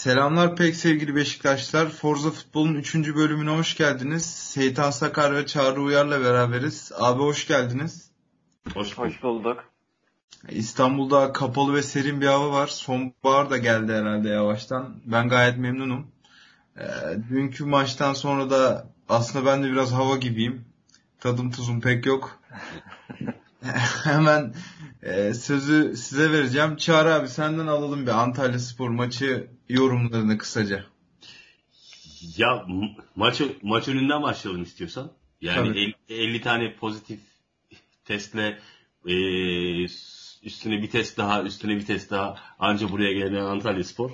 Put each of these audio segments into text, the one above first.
Selamlar pek sevgili Beşiktaşlar. Forza Futbol'un 3. bölümüne hoş geldiniz. Seyitan Sakar ve Çağrı Uyar'la beraberiz. Abi hoş geldiniz. Hoş bulduk. İstanbul'da kapalı ve serin bir hava var. Sonbahar da geldi herhalde yavaştan. Ben gayet memnunum. Dünkü maçtan sonra da aslında ben de biraz hava gibiyim. Tadım tuzum pek yok. Hemen sözü size vereceğim. Çağrı abi senden alalım bir Antalyaspor maçı yorumlarını kısaca. Ya maç önünden başlayalım istiyorsan. Yani 50 tane pozitif testle üstüne bir test daha anca buraya gelen Antalyaspor.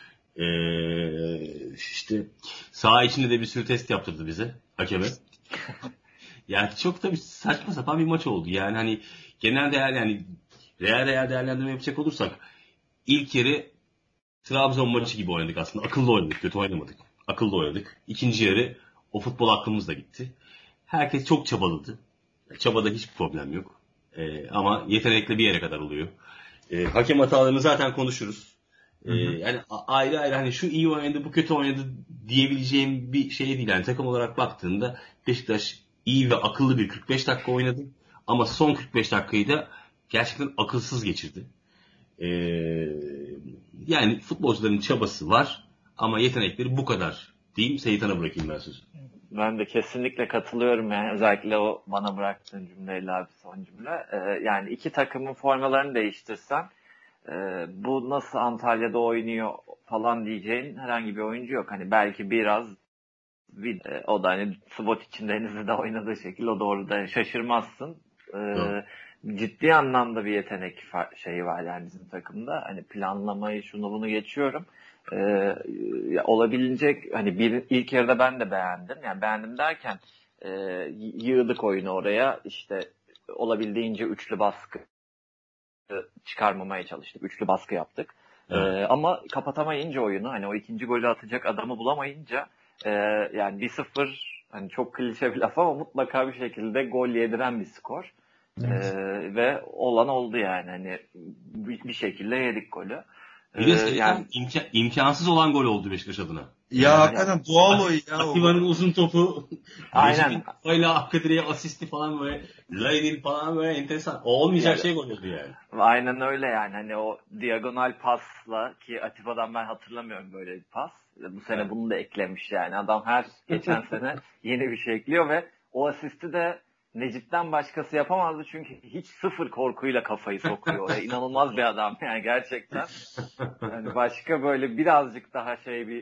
İşte saha içinde de bir sürü test yaptırdı bize hakeme. Yani çok tabii saçma sapan bir maç oldu. Yani hani genel değer yani real değerlendirme yapacak olursak ilk yarı Trabzon maçı gibi oynadık aslında. Akıllı oynadık, kötü oynamadık. Akıllı oynadık. İkinci yarı o futbol aklımızda gitti. Herkes çok çabaladı. Çabada hiç problem yok. Ama yetenekli bir yere kadar oluyor. Hakem hatalarını zaten konuşuruz. Yani ayrı ayrı hani şu iyi oynadı, bu kötü oynadı diyebileceğim bir şey değil. Yani takım olarak baktığında Beşiktaş iyi ve akıllı bir 45 dakika oynadı. Ama son 45 dakikayı da gerçekten akılsız geçirdi. Yani futbolcuların çabası var ama yetenekleri bu kadar diyeyim. Seyitan'a bırakayım ben sözü. Ben de kesinlikle katılıyorum yani özellikle o bana bıraktığın cümleyle abi son cümle. Yani iki takımın formalarını değiştirsen bu nasıl Antalya'da oynuyor falan diyeceğin herhangi bir oyuncu yok. Hani belki biraz o da hani spot için Denizli'de oynadığı şekilde o doğru da şaşırmazsın. Ciddi anlamda bir yetenek şeyi var yani bizim takımda. Hani planlamayı şunu bunu geçiyorum. Olabilecek hani ilk yarıda ben de beğendim. Yani beğendim derken yığdık oyunu oraya. İşte olabildiğince üçlü baskı çıkarmamaya çalıştık. Üçlü baskı yaptık. Evet. Ama kapatamayınca oyunu hani o ikinci golü atacak adamı bulamayınca yani 1-0 hani çok klişe bir laf ama mutlaka bir şekilde gol yediren bir skor. Evet. Ve olan oldu yani hani bir şekilde yedik golü. Bir de yani imkansız olan gol oldu Beşiktaş adına. Ya hakikaten doğal o ya. Atiba'nın uzun topu. Aynen. Öyle Akkadire'ye asisti falan böyle. Lain'in falan böyle enteresan. Olmayacak şey gol oldu yani. Aynen öyle yani. Hani o diagonal pasla ki Atiba'dan ben hatırlamıyorum böyle bir pas. Bu sene bunu da eklemiş yani. Adam her geçen sene yeni bir şey ekliyor ve o asisti de Necip'ten başkası yapamazdı çünkü hiç sıfır korkuyla kafayı sokuyor oraya. İnanılmaz bir adam yani gerçekten. Yani başka böyle birazcık daha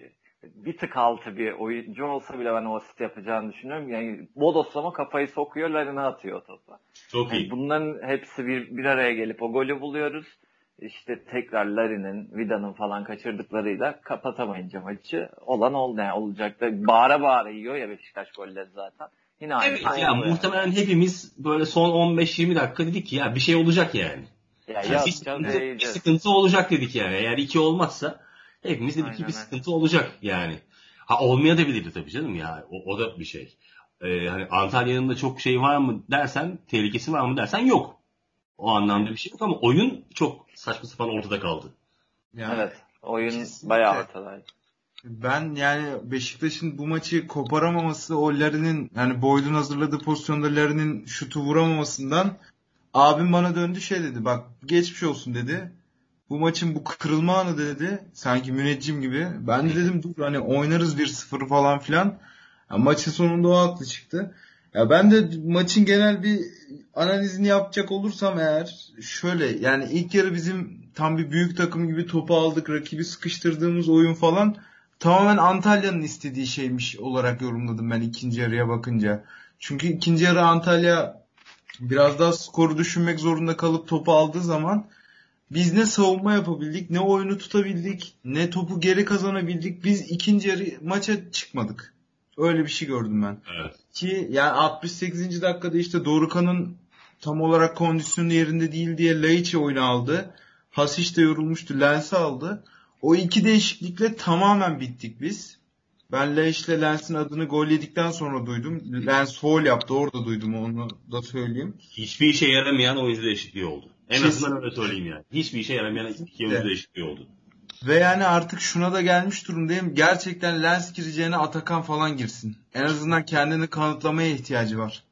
bir tık altı bir oyuncu olsa bile ben o asist yapacağını düşünüyorum. Yani bodoslama kafayı sokuyor, Larin'e atıyor topu. Çok iyi. Bunların hepsi bir araya gelip o golü buluyoruz. İşte tekrar Larin'in, Vida'nın falan kaçırdıklarıyla kapatamayınca maçı olan oldu yani olacak da bağıra bağıra yiyor ya Beşiktaş golleri zaten. Yine aynı. Evet ya muhtemelen hepimiz böyle son 15-20 dakika dedik ki ya bir şey olacak yani. Ya bir sıkıntı olacak dedik yani. Eğer 2 olmazsa hepimiz dedik ki bir sıkıntı olacak yani. Olmaya da bilirdi tabii canım ya. O da bir şey. Hani Antalya'nın da çok şey var mı dersen, tehlikesi var mı dersen yok. O anlamda bir şey yok ama oyun çok saçma sapan ortada kaldı. Yani, evet. Oyun bayağı ortadaydı. Ben yani Beşiktaş'ın bu maçı koparamaması o Larin'in yani Boyd'un hazırladığı pozisyonda Larin'in şutu vuramamasından abim bana döndü şey dedi. Bak geçmiş olsun dedi. Bu maçın bu kırılma anı dedi. Sanki müneccim gibi. Ben de dedim dur hani oynarız 1-0 falan filan. Ya, maçın sonunda o haklı çıktı. Ya ben de maçın genel bir analizini yapacak olursam eğer şöyle yani ilk yarı bizim tam bir büyük takım gibi topu aldık, rakibi sıkıştırdığımız oyun falan tamamen Antalya'nın istediği şeymiş olarak yorumladım ben ikinci yarıya bakınca. Çünkü ikinci yarı Antalya biraz daha skoru düşünmek zorunda kalıp topu aldığı zaman biz ne savunma yapabildik, ne oyunu tutabildik, ne topu geri kazanabildik. Biz ikinci yarı maça çıkmadık. Öyle bir şey gördüm ben. Evet. Ki yani 68. dakikada işte Dorukhan'ın tam olarak kondisyonu yerinde değil diye Laiç'i oyuna aldı. Hasic de yorulmuştu, Lens'i aldı. O iki değişiklikle tamamen bittik biz. Ben Laiç'le Lens'in adını gol yedikten sonra duydum. Lens foul yaptı, orada duydum onu da söyleyeyim. Hiçbir işe yaramayan oyuncu değişikliği oldu. En azından öyle söyleyeyim yani. Hiçbir işe yaramayan iki oyuncu değişikliği oldu. Ve yani artık şuna da gelmiş durumdayım. Gerçekten Lens gireceğine Atakan falan girsin. En azından kendini kanıtlamaya ihtiyacı var.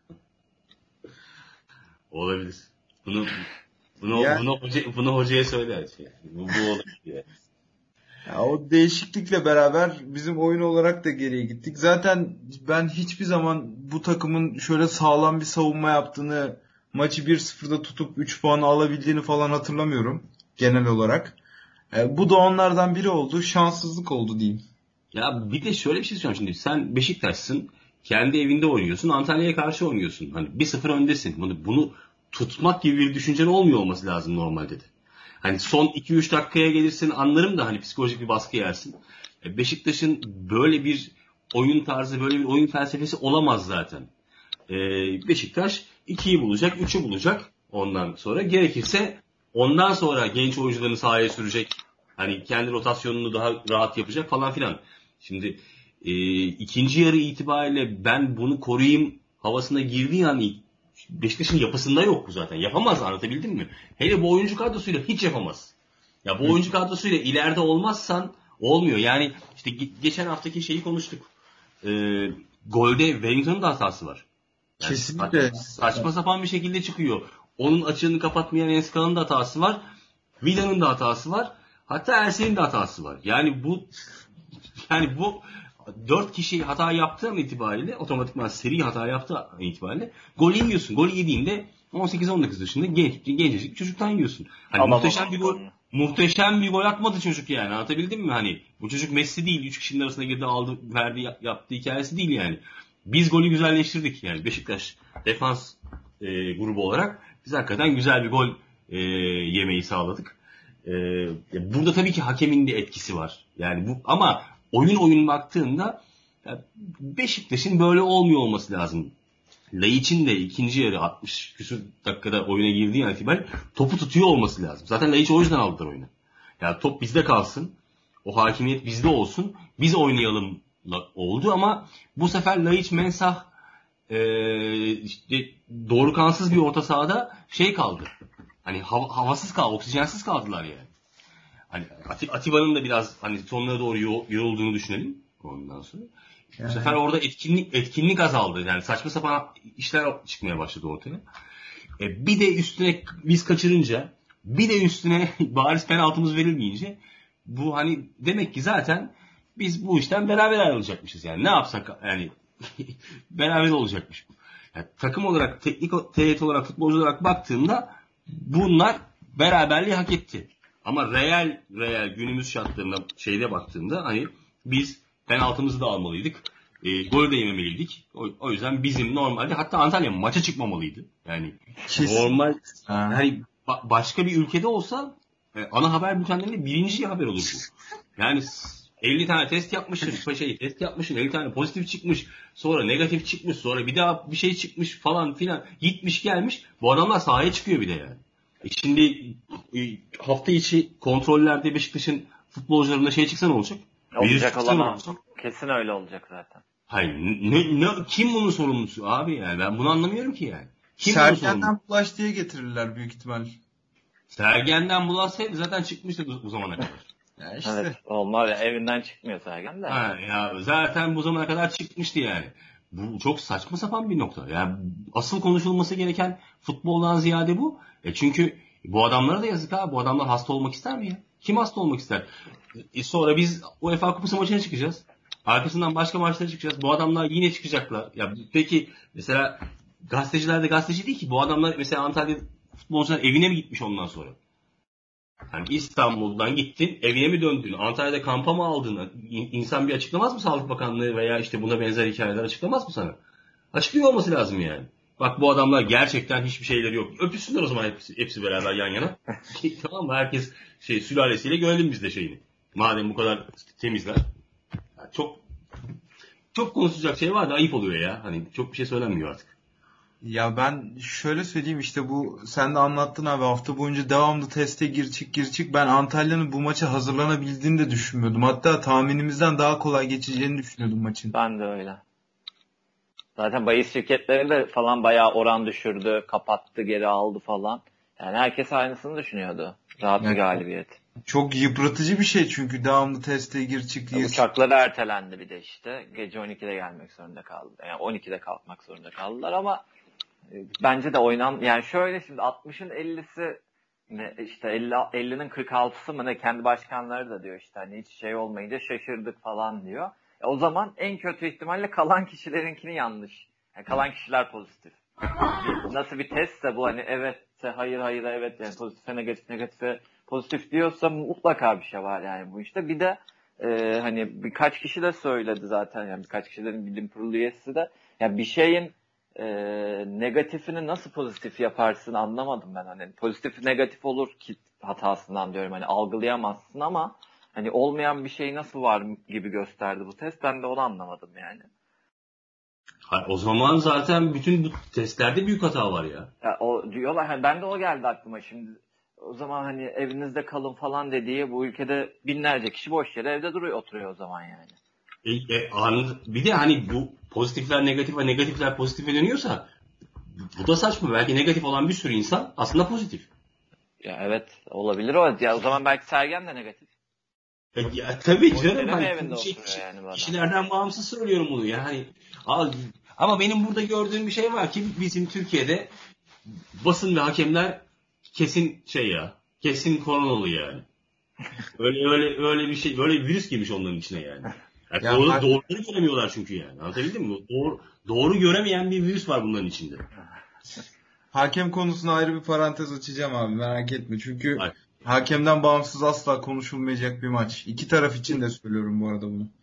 Olabilir. Bunu Yani bunu hocaya söyler. Bu olabilir yani. ya o değişiklikle beraber bizim oyun olarak da geriye gittik. Zaten ben hiçbir zaman bu takımın şöyle sağlam bir savunma yaptığını, maçı 1-0'da tutup 3 puan alabildiğini falan hatırlamıyorum genel olarak. Bu da onlardan biri oldu. Şanssızlık oldu diyeyim. Ya bir de şöyle bir şey söyleyeyim şimdi. Sen Beşiktaş'sın. Kendi evinde oynuyorsun. Antalya'ya karşı oynuyorsun. Hani 1-0 öndesin. Bunu tutmak gibi bir düşüncen olmuyor olması lazım normalde de. Hani son 2-3 dakikaya gelirsin anlarım da hani psikolojik bir baskı yersin. Beşiktaş'ın böyle bir oyun tarzı, böyle bir oyun felsefesi olamaz zaten. Beşiktaş 2'yi bulacak, 3'ü bulacak ondan sonra. Gerekirse ondan sonra genç oyuncularını sahaya sürecek. Hani kendi rotasyonunu daha rahat yapacak falan filan. Şimdi ikinci yarı itibariyle ben bunu koruyayım havasına girdiği an Beşiktaş'ın yapısında yok bu zaten. Yapamaz, anlatabildim mi? Hele bu oyuncu kadrosuyla hiç yapamaz. Ya bu oyuncu kadrosuyla ileride olmazsan olmuyor. Yani işte geçen haftaki şeyi konuştuk. Golde Wellington'un da hatası var. Yani Kesinlikle. saçma sapan bir şekilde çıkıyor. Onun açığını kapatmayan Enskala'nın da hatası var. Vida'nın da hatası var. Hatta Ersen'in de hatası var. Yani bu 4 kişi hata yaptığı an itibariyle otomatikman seri hata yaptığı an itibariyle gol yiyorsun. Gol yediğinde 18-19 yaşında gencecik bir çocuktan yiyorsun. Hani muhteşem bir gol atmadı çocuk yani. Anlatabildim mi? Hani bu çocuk Messi değil. 3 kişinin arasına girdi, aldı, verdi, yaptığı hikayesi değil yani. Biz golü güzelleştirdik yani. Beşiktaş defans grubu olarak biz hakikaten güzel bir gol yemeyi sağladık. Burada tabii ki hakemin de etkisi var. Yani bu ama oyun baktığında Beşiktaş'ın böyle olmuyor olması lazım. Laiç'in de ikinci yarı 60 küsur dakikada oyuna girdiği an itibaren topu tutuyor olması lazım. Zaten Laiç o yüzden aldılar oyunu. Yani top bizde kalsın. O hakimiyet bizde olsun. Biz oynayalım oldu ama bu sefer Laiç Mensah işte doğrukansız bir orta sahada kaldı. Hani havasız kaldı, oksijensiz kaldılar yani. Hani Atiba'nın da biraz hani sonlara doğru yorulduğunu düşünelim ondan sonra. Bu sefer orada etkinlik azaldı. Yani saçma sapan işler çıkmaya başladı ortaya. Bir de üstüne biz kaçırınca, bir de üstüne bariz penaltımız verilmeyince bu hani demek ki zaten biz bu işten beraber ayrılacakmışız yani. Ne yapsak yani beraber olacakmış bu. Yani takım olarak, teknik heyet olarak, futbolcu olarak baktığımda bunlar beraberliği hak etti. Ama real günümüz şartlarında baktığında hani biz penaltımızı da almalıydık. Gol de yememeliydik. O yüzden bizim normalde hatta Antalya maça çıkmamalıydı. Yani normal hani başka bir ülkede olsa ana haber bültenlerinde birinci haber olur bu. Yani 50 tane test yapmışsın, test yapmışsın, 50 tane pozitif çıkmış, sonra negatif çıkmış, sonra bir daha bir şey çıkmış falan filan, gitmiş gelmiş. Bu adamlar sahaya çıkıyor bir de yani. Şimdi hafta içi kontrollerde Beşiktaş'ın futbolcularında çıksa ne olacak? Olacak, olamaz. Kesin öyle olacak zaten. Hayır. Kim bunun sorumlusu abi yani? Ben bunu anlamıyorum ki yani. Kim Sergen'den bulaş diye getirirler büyük ihtimal. Sergen'den bulaşsaydı zaten çıkmıştı bu zamana kadar. Ya işte. Evet. Onlar evinden çıkmıyor Sergen de. Ya zaten bu zamana kadar çıkmıştı yani. Bu çok saçma sapan bir nokta. Yani asıl konuşulması gereken futboldan ziyade bu. Çünkü bu adamlara da yazık ha. Bu adamlar hasta olmak ister mi ya? Kim hasta olmak ister? Sonra biz UEFA Kupası maçına çıkacağız. Arkasından başka maçlara çıkacağız. Bu adamlar yine çıkacaklar. Ya peki mesela gazeteciler de gazeteci değil ki. Bu adamlar mesela Antalya futbolcular evine mi gitmiş ondan sonra? Yani İstanbul'dan gittin, evine mi döndün, Antalya'da kampa mı aldın? İnsan bir açıklamaz mı Sağlık Bakanlığı veya işte buna benzer hikayeler açıklamaz mı sana? Açıklıyor olması lazım yani. Bak bu adamlar gerçekten hiçbir şeyleri yok. Öpüşsünler o zaman hepsi beraber yan yana. Tamam mı? Herkes sülalesiyle görelim biz de şeyini. Madem bu kadar temizler. Yani çok konuşacak şey var da ayıp oluyor ya. Hani çok bir şey söylenmiyor artık. Ya ben şöyle söyleyeyim, işte bu sen de anlattın abi, hafta boyunca devamlı teste gir çık. Ben Antalya'nın bu maça hazırlanabildiğini de düşünmüyordum. Hatta tahminimizden daha kolay geçeceğini düşünüyordum maçın. Ben de öyle. Zaten bahis şirketleri de falan bayağı oran düşürdü, kapattı, geri aldı falan. Yani herkes aynısını düşünüyordu. Rahat bir Yani galibiyet. çok yıpratıcı bir şey çünkü devamlı teste gir çık diye. Uçakları ertelendi bir de işte. Gece 12'de gelmek zorunda kaldı. Yani 12'de kalkmak zorunda kaldılar ama bence de yani şöyle şimdi 60'ın 50'si ne işte 50'nin 46'sı mı ne, kendi başkanları da diyor işte hani hiç şey olmayınca şaşırdık falan diyor. O zaman en kötü ihtimalle kalan kişilerinkini yanlış. Yani kalan kişiler pozitif. Nasıl bir testse bu, hani evetse hayır hayır evet, yani pozitife negatif negatife pozitif diyorsa mutlaka bir şey var yani bu işte. Bir de hani birkaç kişi de söyledi zaten, yani birkaç kişilerin bilim kurulu üyesi de, yani bir şeyin negatifini nasıl pozitif yaparsın anlamadım ben. Hani pozitif negatif olur ki hatasından diyorum, hani algılayamazsın ama hani olmayan bir şey nasıl var gibi gösterdi bu test, ben de onu anlamadım yani. O zaman zaten bütün bu testlerde büyük hata var ya. Ya o diyorlar, hani ben de o geldi aklıma şimdi. O zaman hani evinizde kalın falan dediği, bu ülkede binlerce kişi boş yere evde oturuyor o zaman yani. Bir de hani bu pozitifler negatif ve negatifler pozitife dönüyorsa bu da saçma. Belki negatif olan bir sürü insan aslında pozitif. Ya evet, olabilir o. Ya o zaman belki Sergen de negatif. Ya tabii canım. Hani Hani yani bu adam. kişilerden bağımsız söylüyorum bunu. Yani ama benim burada gördüğüm bir şey var ki bizim Türkiye'de basın ve hakemler kesin kesin koronalı yani. Öyle bir şey, böyle bir virüs girmiş onların içine yani. Yani Ya doğruları göremiyorlar çünkü yani. Anlatabildim mi? Doğru göremeyen bir virüs var bunların içinde. hakem konusuna ayrı bir parantez açacağım abi, merak etme. Çünkü Ay, hakemden bağımsız asla konuşulmayacak bir maç. İki taraf için de söylüyorum bu arada bunu.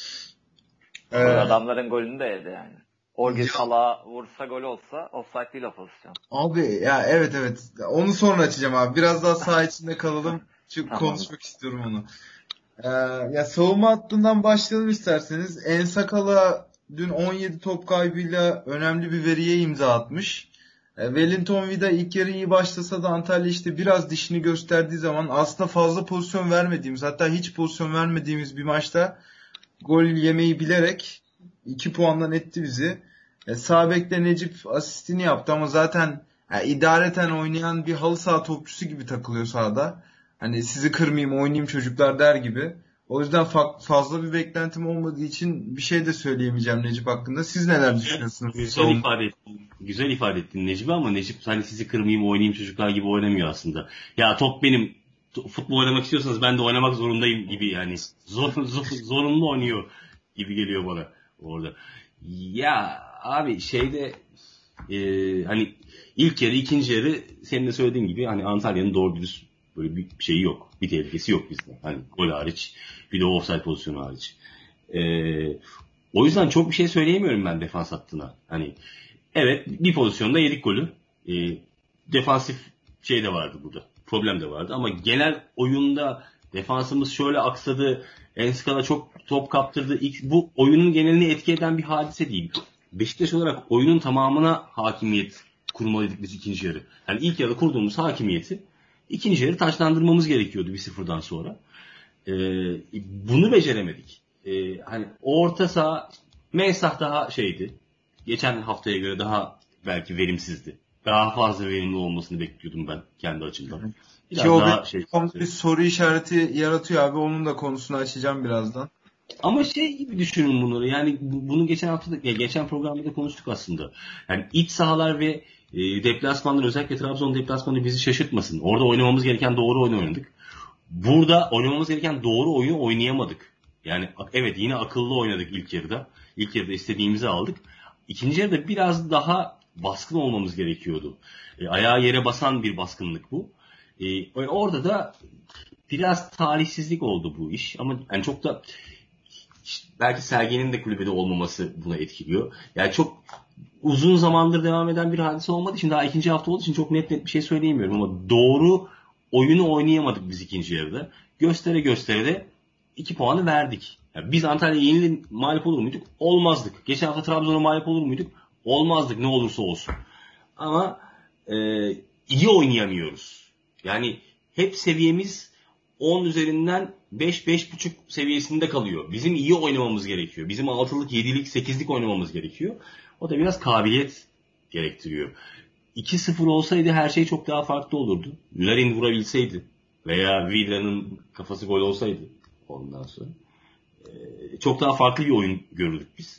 Adamların golünü de yedi yani. Orgi Ya, Salah'a vursa gol olsa offside değil o pozisyon. abi ya evet. Onu sonra açacağım abi. Biraz daha saha içinde kalalım. Çünkü Tamam. konuşmak istiyorum onu. Ya savunma hattından başlayalım isterseniz. En Sakala dün 17 top kaybıyla önemli bir veriye imza atmış. Wellington Vida ilk yarı iyi başlasa da Antalya işte biraz dişini gösterdiği zaman aslında fazla pozisyon vermediğimiz, hatta hiç pozisyon vermediğimiz bir maçta gol yemeyi bilerek 2 puandan etti bizi. Sağ bekte Necip asistini yaptı ama zaten idareten oynayan bir halı saha topçusu gibi takılıyor sahada. Hani sizi kırmayayım, oynayayım çocuklar der gibi. O yüzden fazla bir beklentim olmadığı için bir şey de söyleyemeyeceğim Necip hakkında. Siz neler düşünüyorsunuz? güzel ifade ettin Necip, ama Necip hani sizi kırmayayım oynayayım çocuklar gibi oynamıyor aslında. Ya top benim, futbol oynamak istiyorsanız ben de oynamak zorundayım gibi yani. Zorunlu oynuyor gibi geliyor bana orada. Ya abi hani ilk yarı ikinci yarı senin de söylediğin gibi hani Antalya'nın doğru dürüst böyle bir şeyi yok. Bir tehlikesi yok bizde. Hani gol hariç, bir de offside pozisyonu hariç. O yüzden çok bir şey söyleyemiyorum ben defans hattına. Hani evet, bir pozisyonda yedik golü. Defansif şey de vardı burada. Problem de vardı ama genel oyunda defansımız şöyle aksadı. Enskala çok top kaptırdı. Bu oyunun genelini etki eden bir hadise değil. Beşiktaş olarak oyunun tamamına hakimiyet kurmalıydık biz ikinci yarı. Yani ilk yarı kurduğumuz hakimiyeti ikinci yarı taçlandırmamız gerekiyordu 1-0'dan sonra. Bunu beceremedik. Hani orta saha Mensah daha şeydi. Geçen haftaya göre daha belki verimsizdi. Daha fazla verimli olmasını bekliyordum ben kendi açımdan. Ki o Daha bir soru işareti yaratıyor abi. Onun da konusunu açacağım birazdan. Ama şey gibi düşünün bunları. Yani bunu geçen programda da konuştuk aslında. Yani iç sahalar ve deplasmanlar, özellikle Trabzon deplasmanı bizi şaşırtmasın. Orada oynamamız gereken doğru oyunu oynadık. Burada oynamamız gereken doğru oyunu oynayamadık. Yani evet, yine akıllı oynadık ilk yarıda. İlk yarıda istediğimizi aldık. İkinci yarıda biraz daha baskın olmamız gerekiyordu. Ayağı yere basan bir baskınlık bu. Orada da biraz talihsizlik oldu bu iş. Ama yani çok da belki Sergen'in de kulübede olmaması buna etkiliyor. Yani çok uzun zamandır devam eden bir hadise olmadığı için, daha ikinci hafta olduğu için çok net bir şey söyleyemiyorum ama doğru oyunu oynayamadık biz ikinci yarıda. Göstere de 2 puanı verdik. Yani biz Antalya'ya mağlup olur muyduk? Olmazdık. Geçen hafta Trabzon'a mağlup olur muyduk? Olmazdık, ne olursa olsun. Ama iyi oynayamıyoruz. Yani hep seviyemiz 10 üzerinden 5-5,5 seviyesinde kalıyor. Bizim iyi oynamamız gerekiyor. Bizim 6'lık, 7'lik, 8'lik oynamamız gerekiyor. O da biraz kabiliyet gerektiriyor. 2-0 olsaydı her şey çok daha farklı olurdu. Larin vurabilseydi. veya Vida'nın kafası gol olsaydı ondan sonra çok daha farklı bir oyun görürdük biz.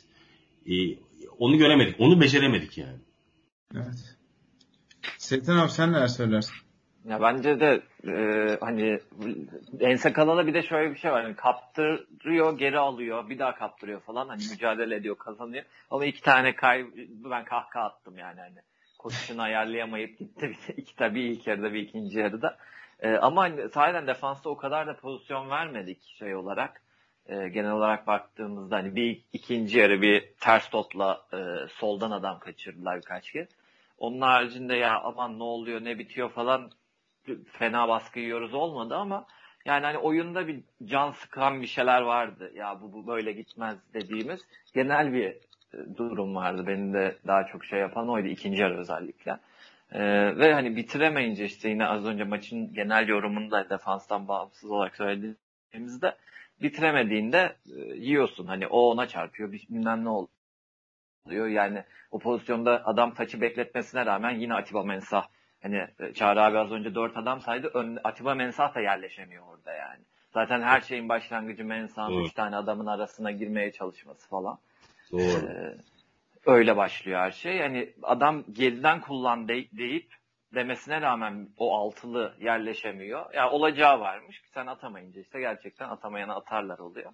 Onu göremedik. Onu beceremedik yani. Evet. Seyten abi sen neler söylersin? Ya bence de hani Ensakala'da bir de şöyle bir şey var. Hani kaptırıyor, geri alıyor, bir daha kaptırıyor falan. Hani mücadele ediyor, kazanıyor. Ama iki tane ben kahkaha attım yani hani. Koşuşunu ayarlayamayıp gitti. Tabii ilk yarıda bir ikinci yarıda. Ama hani sahiden defansta o kadar da pozisyon vermedik şey olarak. Genel olarak baktığımızda hani bir ikinci yarı bir ters topla soldan adam kaçırdılar birkaç kez. Onun haricinde ya aman ne oluyor ne bitiyor falan fena baskı yiyoruz olmadı ama yani hani oyunda bir can sıkan bir şeyler vardı. Ya bu böyle gitmez dediğimiz genel bir durum vardı. Beni de daha çok şey yapan oydu ikinci yarı özellikle. Ve hani bitiremeyince işte yine az önce maçın genel yorumunda defanstan bağımsız olarak söylediğimizde bitiremediğinde yiyorsun. Hani o ona çarpıyor bilmem ne oluyor. Yani o pozisyonda adam taçı bekletmesine rağmen yine Atiba Mensah hani Çağrı abi az önce 4 adam saydı. Atiba Mensah da yerleşemiyor orada yani. Zaten her şeyin başlangıcı Mensah'ın 3 tane adamın arasına girmeye çalışması falan. Doğru. Öyle başlıyor her şey. Yani adam geriden kullan deyip demesine rağmen o altılı yerleşemiyor. Ya yani olacağı varmış. Sen atamayınca işte gerçekten atamayana atarlar oluyor.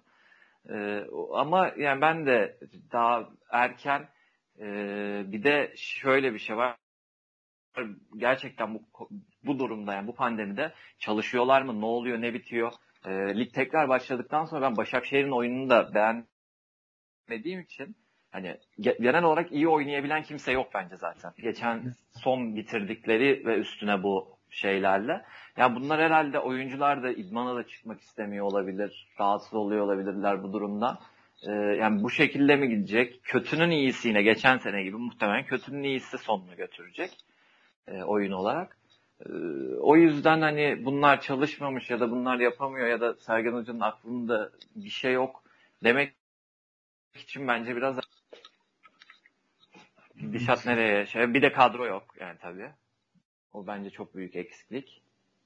Ama yani ben de daha erken bir de şöyle bir şey var. Gerçekten bu durumda yani bu pandemide çalışıyorlar mı? Ne oluyor? Ne bitiyor? Lig tekrar başladıktan sonra ben Başakşehir'in oyununu da beğenmediğim için hani genel olarak iyi oynayabilen kimse yok bence zaten. Geçen son bitirdikleri ve üstüne bu şeylerle. Yani bunlar herhalde oyuncular da idmana da çıkmak istemiyor olabilir. Rahatsız oluyor olabilirler bu durumda. Yani bu şekilde mi gidecek? Kötünün iyisi yine geçen sene gibi muhtemelen kötünün iyisi sonunu götürecek oyun olarak. O yüzden hani bunlar çalışmamış ya da bunlar yapamıyor ya da Sergen Hoca'nın aklında bir şey yok demek için bence biraz gidişat nereye bir de kadro yok yani tabii. O bence çok büyük eksiklik.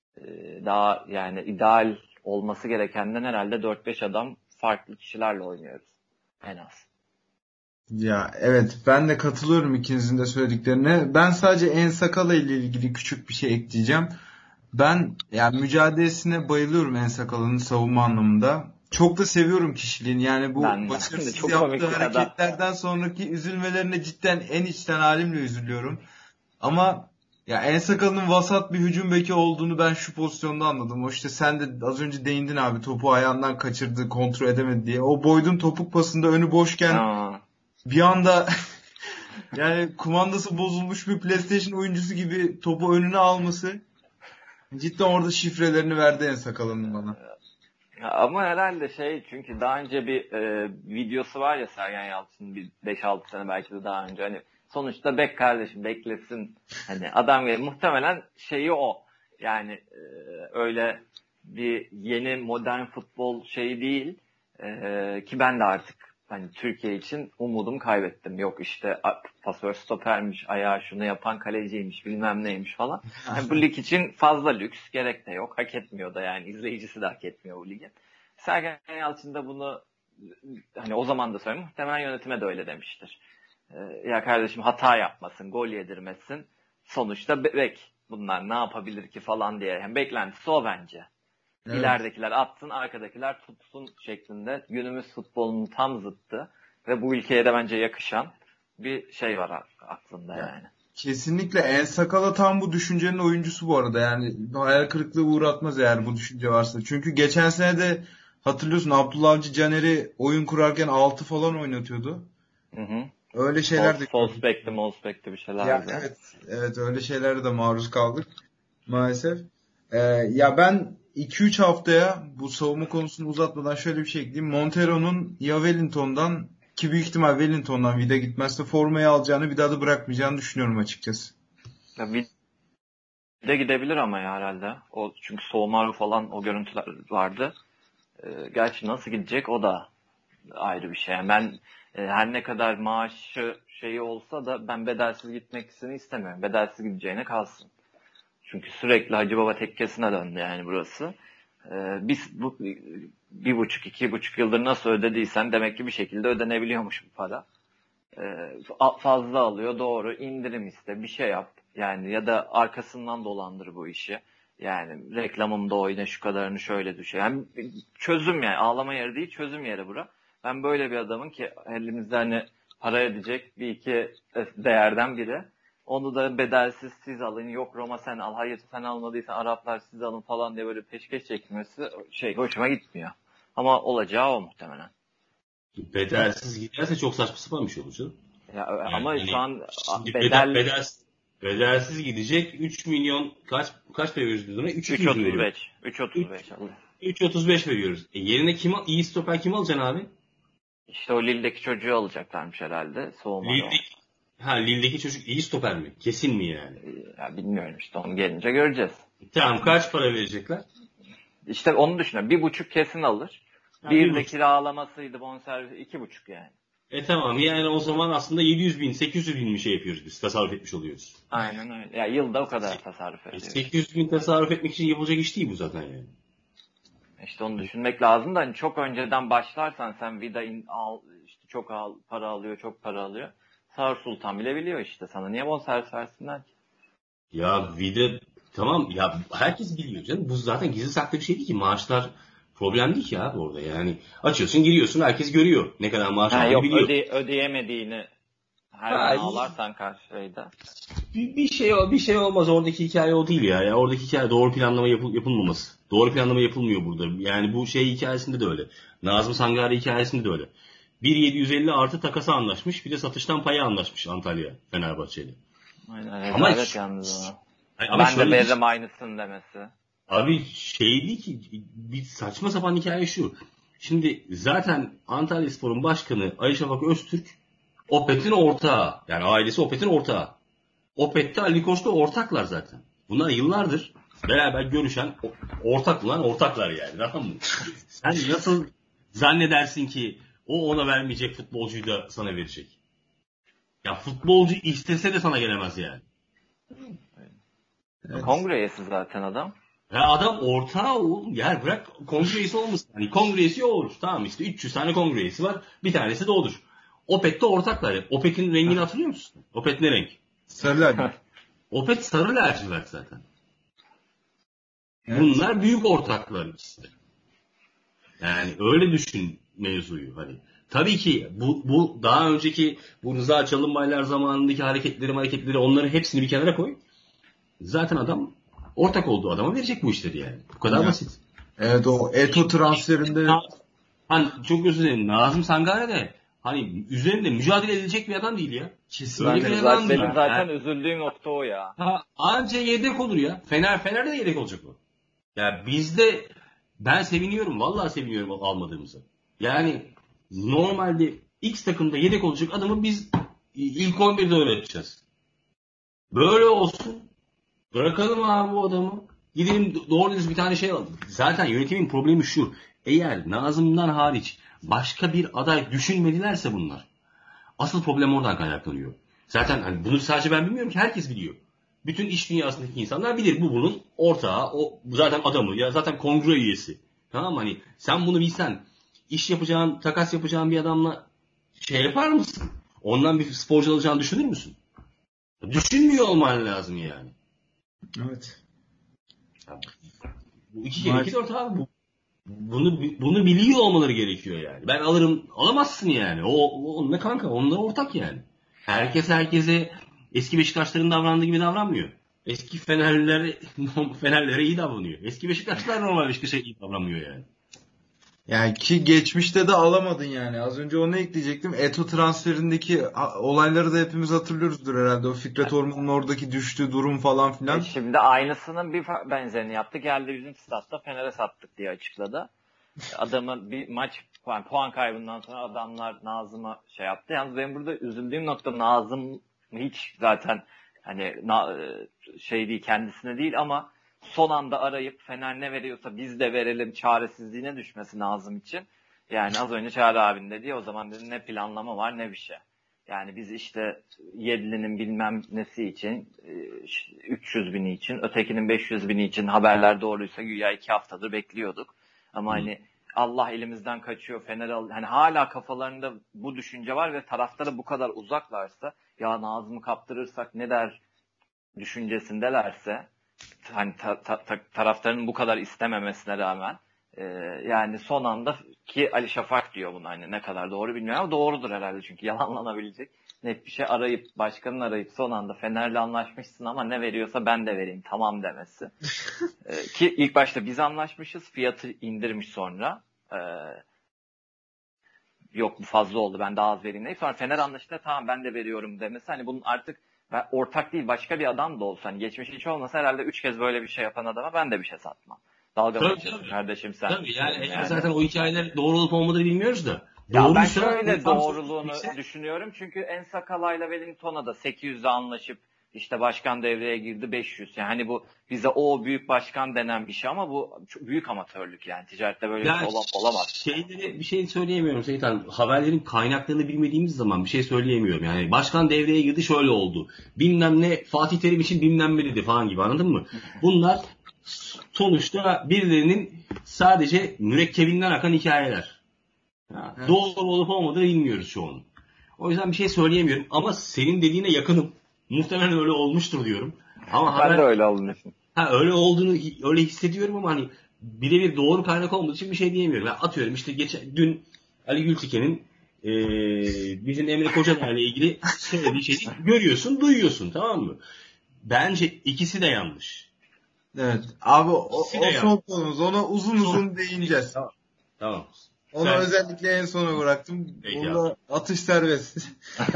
Daha yani ideal olması gerekenden herhalde 4-5 adam farklı kişilerle oynuyoruz. En az. Ya evet ben de katılıyorum ikinizin de söylediklerine. Ben sadece Ensakala ile ilgili küçük bir şey ekleyeceğim. Ben yani mücadelesine bayılıyorum Ensakala'nın savunma anlamında. Çok da seviyorum kişiliğini. Yani bu Ben de başarısız çok yaptığı komik bir adam. hareketlerden sonraki üzülmelerine cidden en içten halimle üzülüyorum. Ama ya Ensakala'nın vasat bir hücum beki olduğunu ben şu pozisyonda anladım. O işte sen de az önce değindin abi topu ayağından kaçırdı, kontrol edemedi diye. O Boyd'un topuk pasında önü boşken Aa, bir anda yani kumandası bozulmuş bir PlayStation oyuncusu gibi topu önüne alması cidden orada şifrelerini verdi en sakalının bana. ama herhalde çünkü daha önce bir videosu var ya Sergen Yalçın'ın bir 5-6 sene belki de daha önce hani sonuçta bek kardeşim beklesin hani adam muhtemelen o yani öyle bir yeni modern futbol değil ki ben de artık hani Türkiye için umudumu kaybettim. Yok işte pasör stopermiş, ayağı şunu yapan kaleciymiş, bilmem neymiş falan. Yani bu lig için fazla lüks, gerek de yok. Hak etmiyor da yani izleyicisi de hak etmiyor bu ligin. Sergen Yalçın da bunu hani o zaman da söyleyeyim muhtemelen yönetime de öyle demiştir. Ya kardeşim hata yapmasın, gol yedirmesin. Sonuçta bebek bunlar ne yapabilir ki falan diye. Yani beklentisi o bence. Evet. İleridekiler atsın, arkadakiler tutsun şeklinde günümüz futbolunun tam zıttı ve bu ülkeye de bence yakışan bir şey var aklımda Ya, yani. kesinlikle En Sakala tam bu düşüncenin oyuncusu bu arada. Yani hayal kırıklığı uğratmaz eğer bu düşünce varsa. Çünkü geçen sene de hatırlıyorsun Abdullah Avcı Caner'i oyun kurarken 6 falan oynatıyordu. Hı hı. Öyle şeyler de gördük. Molspek'ti bir Ya şeylerdi. evet, evet öyle şeylere de maruz kaldık maalesef. Ya ben 2-3 haftaya bu savunma konusunu uzatmadan şöyle bir şey ekleyeyim. Montero'nun ya Wellington'dan ki büyük ihtimal Wellington'dan vida gitmezse formayı alacağını bir daha da bırakmayacağını düşünüyorum açıkçası. Ya bir de gidebilir ama ya herhalde. O çünkü Soğumaru falan o görüntüler vardı. Gerçi nasıl gidecek o da ayrı bir şey. Yani ben her ne kadar maaşı olsa da ben bedelsiz gitmesini istemiyorum. Bedelsiz gideceğine kalsın. Çünkü sürekli Hacı Baba tekkesine döndü yani burası. Biz bu 1,5-2,5 yıldır nasıl ödediysen demek ki bir şekilde ödenebiliyormuş bu para. Fazla alıyor, doğru, indirim iste, bir şey yap yani, ya da arkasından dolandır bu işi. Yani reklamımda oyna, şu kadarını şöyle düşün. Yani çözüm, yani ağlama yeri değil, çözüm yeri bura. Ben böyle bir adamın ki elimizde hani para edecek bir iki değerden biri. Onu da bedelsiz siz alın, yok Roma sen al, hayır sen almadıysan Araplar siz alın falan diye böyle peşkeş çekilmesi hoşuma gitmiyor. Ama olacağı o muhtemelen. Bedelsiz giderse çok saçma sapan bir şey olur canım. Ya, Yani ama hani şu an bedelsiz gidecek 3 milyon kaç para veriyoruz biz ona? 3.200 veriyor. 3.35 alıyor. 3.35 veriyoruz. Yerine iyi stoper kim alacaksın abi? İşte o Lille'deki çocuğu alacaklarmış herhalde. Soğumalı. Lille'deki çocuk iyi stoper mi? Kesin mi yani? Ya bilmiyorum işte, onu gelince göreceğiz. Tamam, kaç para verecekler? İşte onu düşünüyorum. 1,5 kesin alır. Bir de kiralamasıydı bonservis 2,5 yani. Tamam, yani o zaman aslında 700 bin 800 bin bir şey yapıyoruz biz. Tasarruf etmiş oluyoruz. Aynen öyle. Ya yılda o kadar tasarruf ediyoruz. 800 bin tasarruf etmek için yapılacak iş değil bu zaten yani. İşte onu düşünmek lazım da hani çok önceden başlarsan sen Vida al, işte çok para alıyor, çok para alıyor. Sağır Sultan bile biliyor işte, sana niye bonservis versinler ki? Ya Vida tamam ya, herkes biliyor canım. Bu zaten gizli saklı bir şey değil ki. Maaşlar problem değil ki abi orada yani. Açıyorsun, giriyorsun, herkes görüyor ne kadar maaş aldığını biliyor. Ödeyemediğini her gün ağlarsan karşıydı. Bir şey olmaz. Oradaki hikaye o değil ya. Oradaki hikaye doğru planlama yapılmaması. Doğru planlama yapılmıyor burada. Yani bu şey hikayesinde de öyle. Nazım Sangare hikayesinde de öyle. 1.750 artı takası anlaşmış. Bir de satıştan payı anlaşmış Antalya Fenerbahçe'yle. Aynen, rezalet yalnız o. Ama Ben de veririm aynısını demesi. Abi şey değil ki, bir saçma sapan hikaye şu. Şimdi zaten Antalyaspor'un başkanı Ali Şafak Öztürk Opet'in ortağı. Yani ailesi Opet'in ortağı. Opet'te Ali Koç'ta ortaklar zaten. Bunlar yıllardır beraber görüşen ortaklar yani. Tamam mı? Sen nasıl zannedersin ki o ona vermeyecek futbolcuyu da sana verecek? Ya futbolcu istese de sana gelemez yani. Evet. Kongre üyesi zaten adam. Ya adam ortağı oğlum. Ya bırak kongre üyesi olmasın. Hani kongre üyesi olur. Tamam işte 300 tane kongre üyesi var. Bir tanesi de odur. Opet'te ortaklar. Opet'in rengini hatırlıyor musun? Opet ne renk? Sarı lacivert. Opet sarı lacivert zaten. Evet. Bunlar büyük ortaklar işte. Yani öyle düşün mevzuyu hani. Tabii ki bu daha önceki bu Rıza Çalınbaylar zamanındaki hareketleri onların hepsini bir kenara koy. Zaten adam ortak olduğu adama verecek bu işleri yani. Bu kadar basit. Evet, o Eto transferinde hani çok özür dilerim. Nazım Sangare de hani üzerinde mücadele edilecek bir adam değil ya. kesinlikle. Benim zaten üzüldüğüm nokta o ya. Anca yedek olur ya. Fener'de de yedek olacak o. Ya bizde ben seviniyorum. Vallahi seviniyorum almadığımızı. Yani normalde X takımda yedek olacak adamı biz ilk 11'de oynatacağız. Böyle olsun. Bırakalım abi bu adamı. Gidelim doğru düz bir tane şey alalım. Zaten yönetimin problemi şu. Eğer Nazım'dan hariç başka bir aday düşünmedilerse bunlar. Asıl problem oradan kaynaklanıyor. Zaten hani bunu sadece ben bilmiyorum ki, herkes biliyor. Bütün iş dünyasındaki insanlar bilir. Bu bunun ortağı. O zaten adamı. Ya zaten kongre üyesi. Tamam mı? Hani sen bunu bilsen iş yapacağın, takas yapacağın bir adamla şey yapar mısın? Ondan bir sporcu alacağını düşünür müsün? Düşünmüyor olman lazım yani. Evet. Bu 2 kere 2 4 abi. Bunu biliyor olmaları gerekiyor yani. Ben alırım, alamazsın yani. O ne kanka? Onlar ortak yani. Herkes herkese eski Beşiktaşların davrandığı gibi davranmıyor. Eski Fenerlilere iyi davranıyor. Eski Beşiktaşlar normal Beşiktaş'a iyi davranmıyor yani. Yani ki geçmişte de alamadın yani. Az önce onu ekleyecektim. Eto transferindeki olayları da hepimiz hatırlıyoruzdur herhalde. O Fikret Orman'ın oradaki düştüğü durum falan filan. Şimdi aynısının bir benzerini yaptı. Geldi bizim statta Fener'e sattık diye açıkladı. Adamı bir maç puan kaybından sonra adamlar Nazım'a şey yaptı. Yalnız benim burada üzüldüğüm nokta, Nazım hiç zaten hani şey değil, kendisine değil ama son anda arayıp Fener ne veriyorsa biz de verelim çaresizliğine düşmesi Nazım için. Yani az önce Çağrı abinin dediği, o zaman dedi ne planlama var ne bir şey. Yani biz işte Yedlin'in bilmem nesi için 300 bini için, ötekinin 500 bini için haberler doğruysa güya 2 haftadır bekliyorduk. Ama hani Allah elimizden kaçıyor, hani hala kafalarında bu düşünce var ve taraftara bu kadar uzaklarsa, ya Nazım'ı kaptırırsak ne der düşüncesindelerse, hani taraftarın bu kadar istememesine rağmen yani son anda, ki Ali Şafak diyor bunu, hani ne kadar doğru bilmiyorum ama doğrudur herhalde, çünkü yalanlanabilecek net bir şey, başkanın arayıp son anda Fener'le anlaşmışsın ama ne veriyorsa ben de vereyim tamam demesi. Ki ilk başta biz anlaşmışız, fiyatı indirmiş sonra. Yok bu fazla oldu, ben daha az vereyim deyip sonra Fener anlaştığında tamam ben de veriyorum demesi, hani bunun artık ortak değil başka bir adam da olsa, hani geçmiş hiç olmasa herhalde 3 kez böyle bir şey yapan adama ben de bir şey satmam. Dalga mı geçiyorsun kardeşim sen? Tabii yani zaten o hikayeler doğru olup olmadığını bilmiyoruz da. Ya ben şöyle doğruluğunu düşünüyorum, çünkü En Sakala'yla Wellington'a da 800'e anlaşıp işte başkan devreye girdi 500. Yani hani bu bize o büyük başkan denen bir şey ama bu çok büyük amatörlük yani. Ticarette böyle bir şey olamaz. Bir şey söyleyemiyorum Seyit Hanım. Haberlerin kaynaklarını bilmediğimiz zaman bir şey söyleyemiyorum. Yani başkan devreye girdi şöyle oldu. Bilmem ne Fatih Terim için bilmem ne dedi falan gibi, anladın mı? Bunlar sonuçta birilerinin sadece mürekkebinden akan hikayeler. Evet. Doğru olup olmadığını bilmiyoruz çoğunu. O yüzden bir şey söyleyemiyorum ama senin dediğine yakınım. Muhtemelen öyle olmuştur diyorum. Ama ben de öyle olmuşum. Öyle olduğunu öyle hissediyorum ama hani birebir doğru kaynak olmadığı için bir şey diyemiyorum. Yani atıyorum işte dün Ali Gültiken'in bizim Emre Kocadağ'la ilgili söylediği şeyi görüyorsun, duyuyorsun, tamam mı? Bence ikisi de yanlış. Evet. Abi o son konumuz. Ona uzun değineceğiz. Tamam. Onu özellikle en sona bıraktım. Onda atış serbest.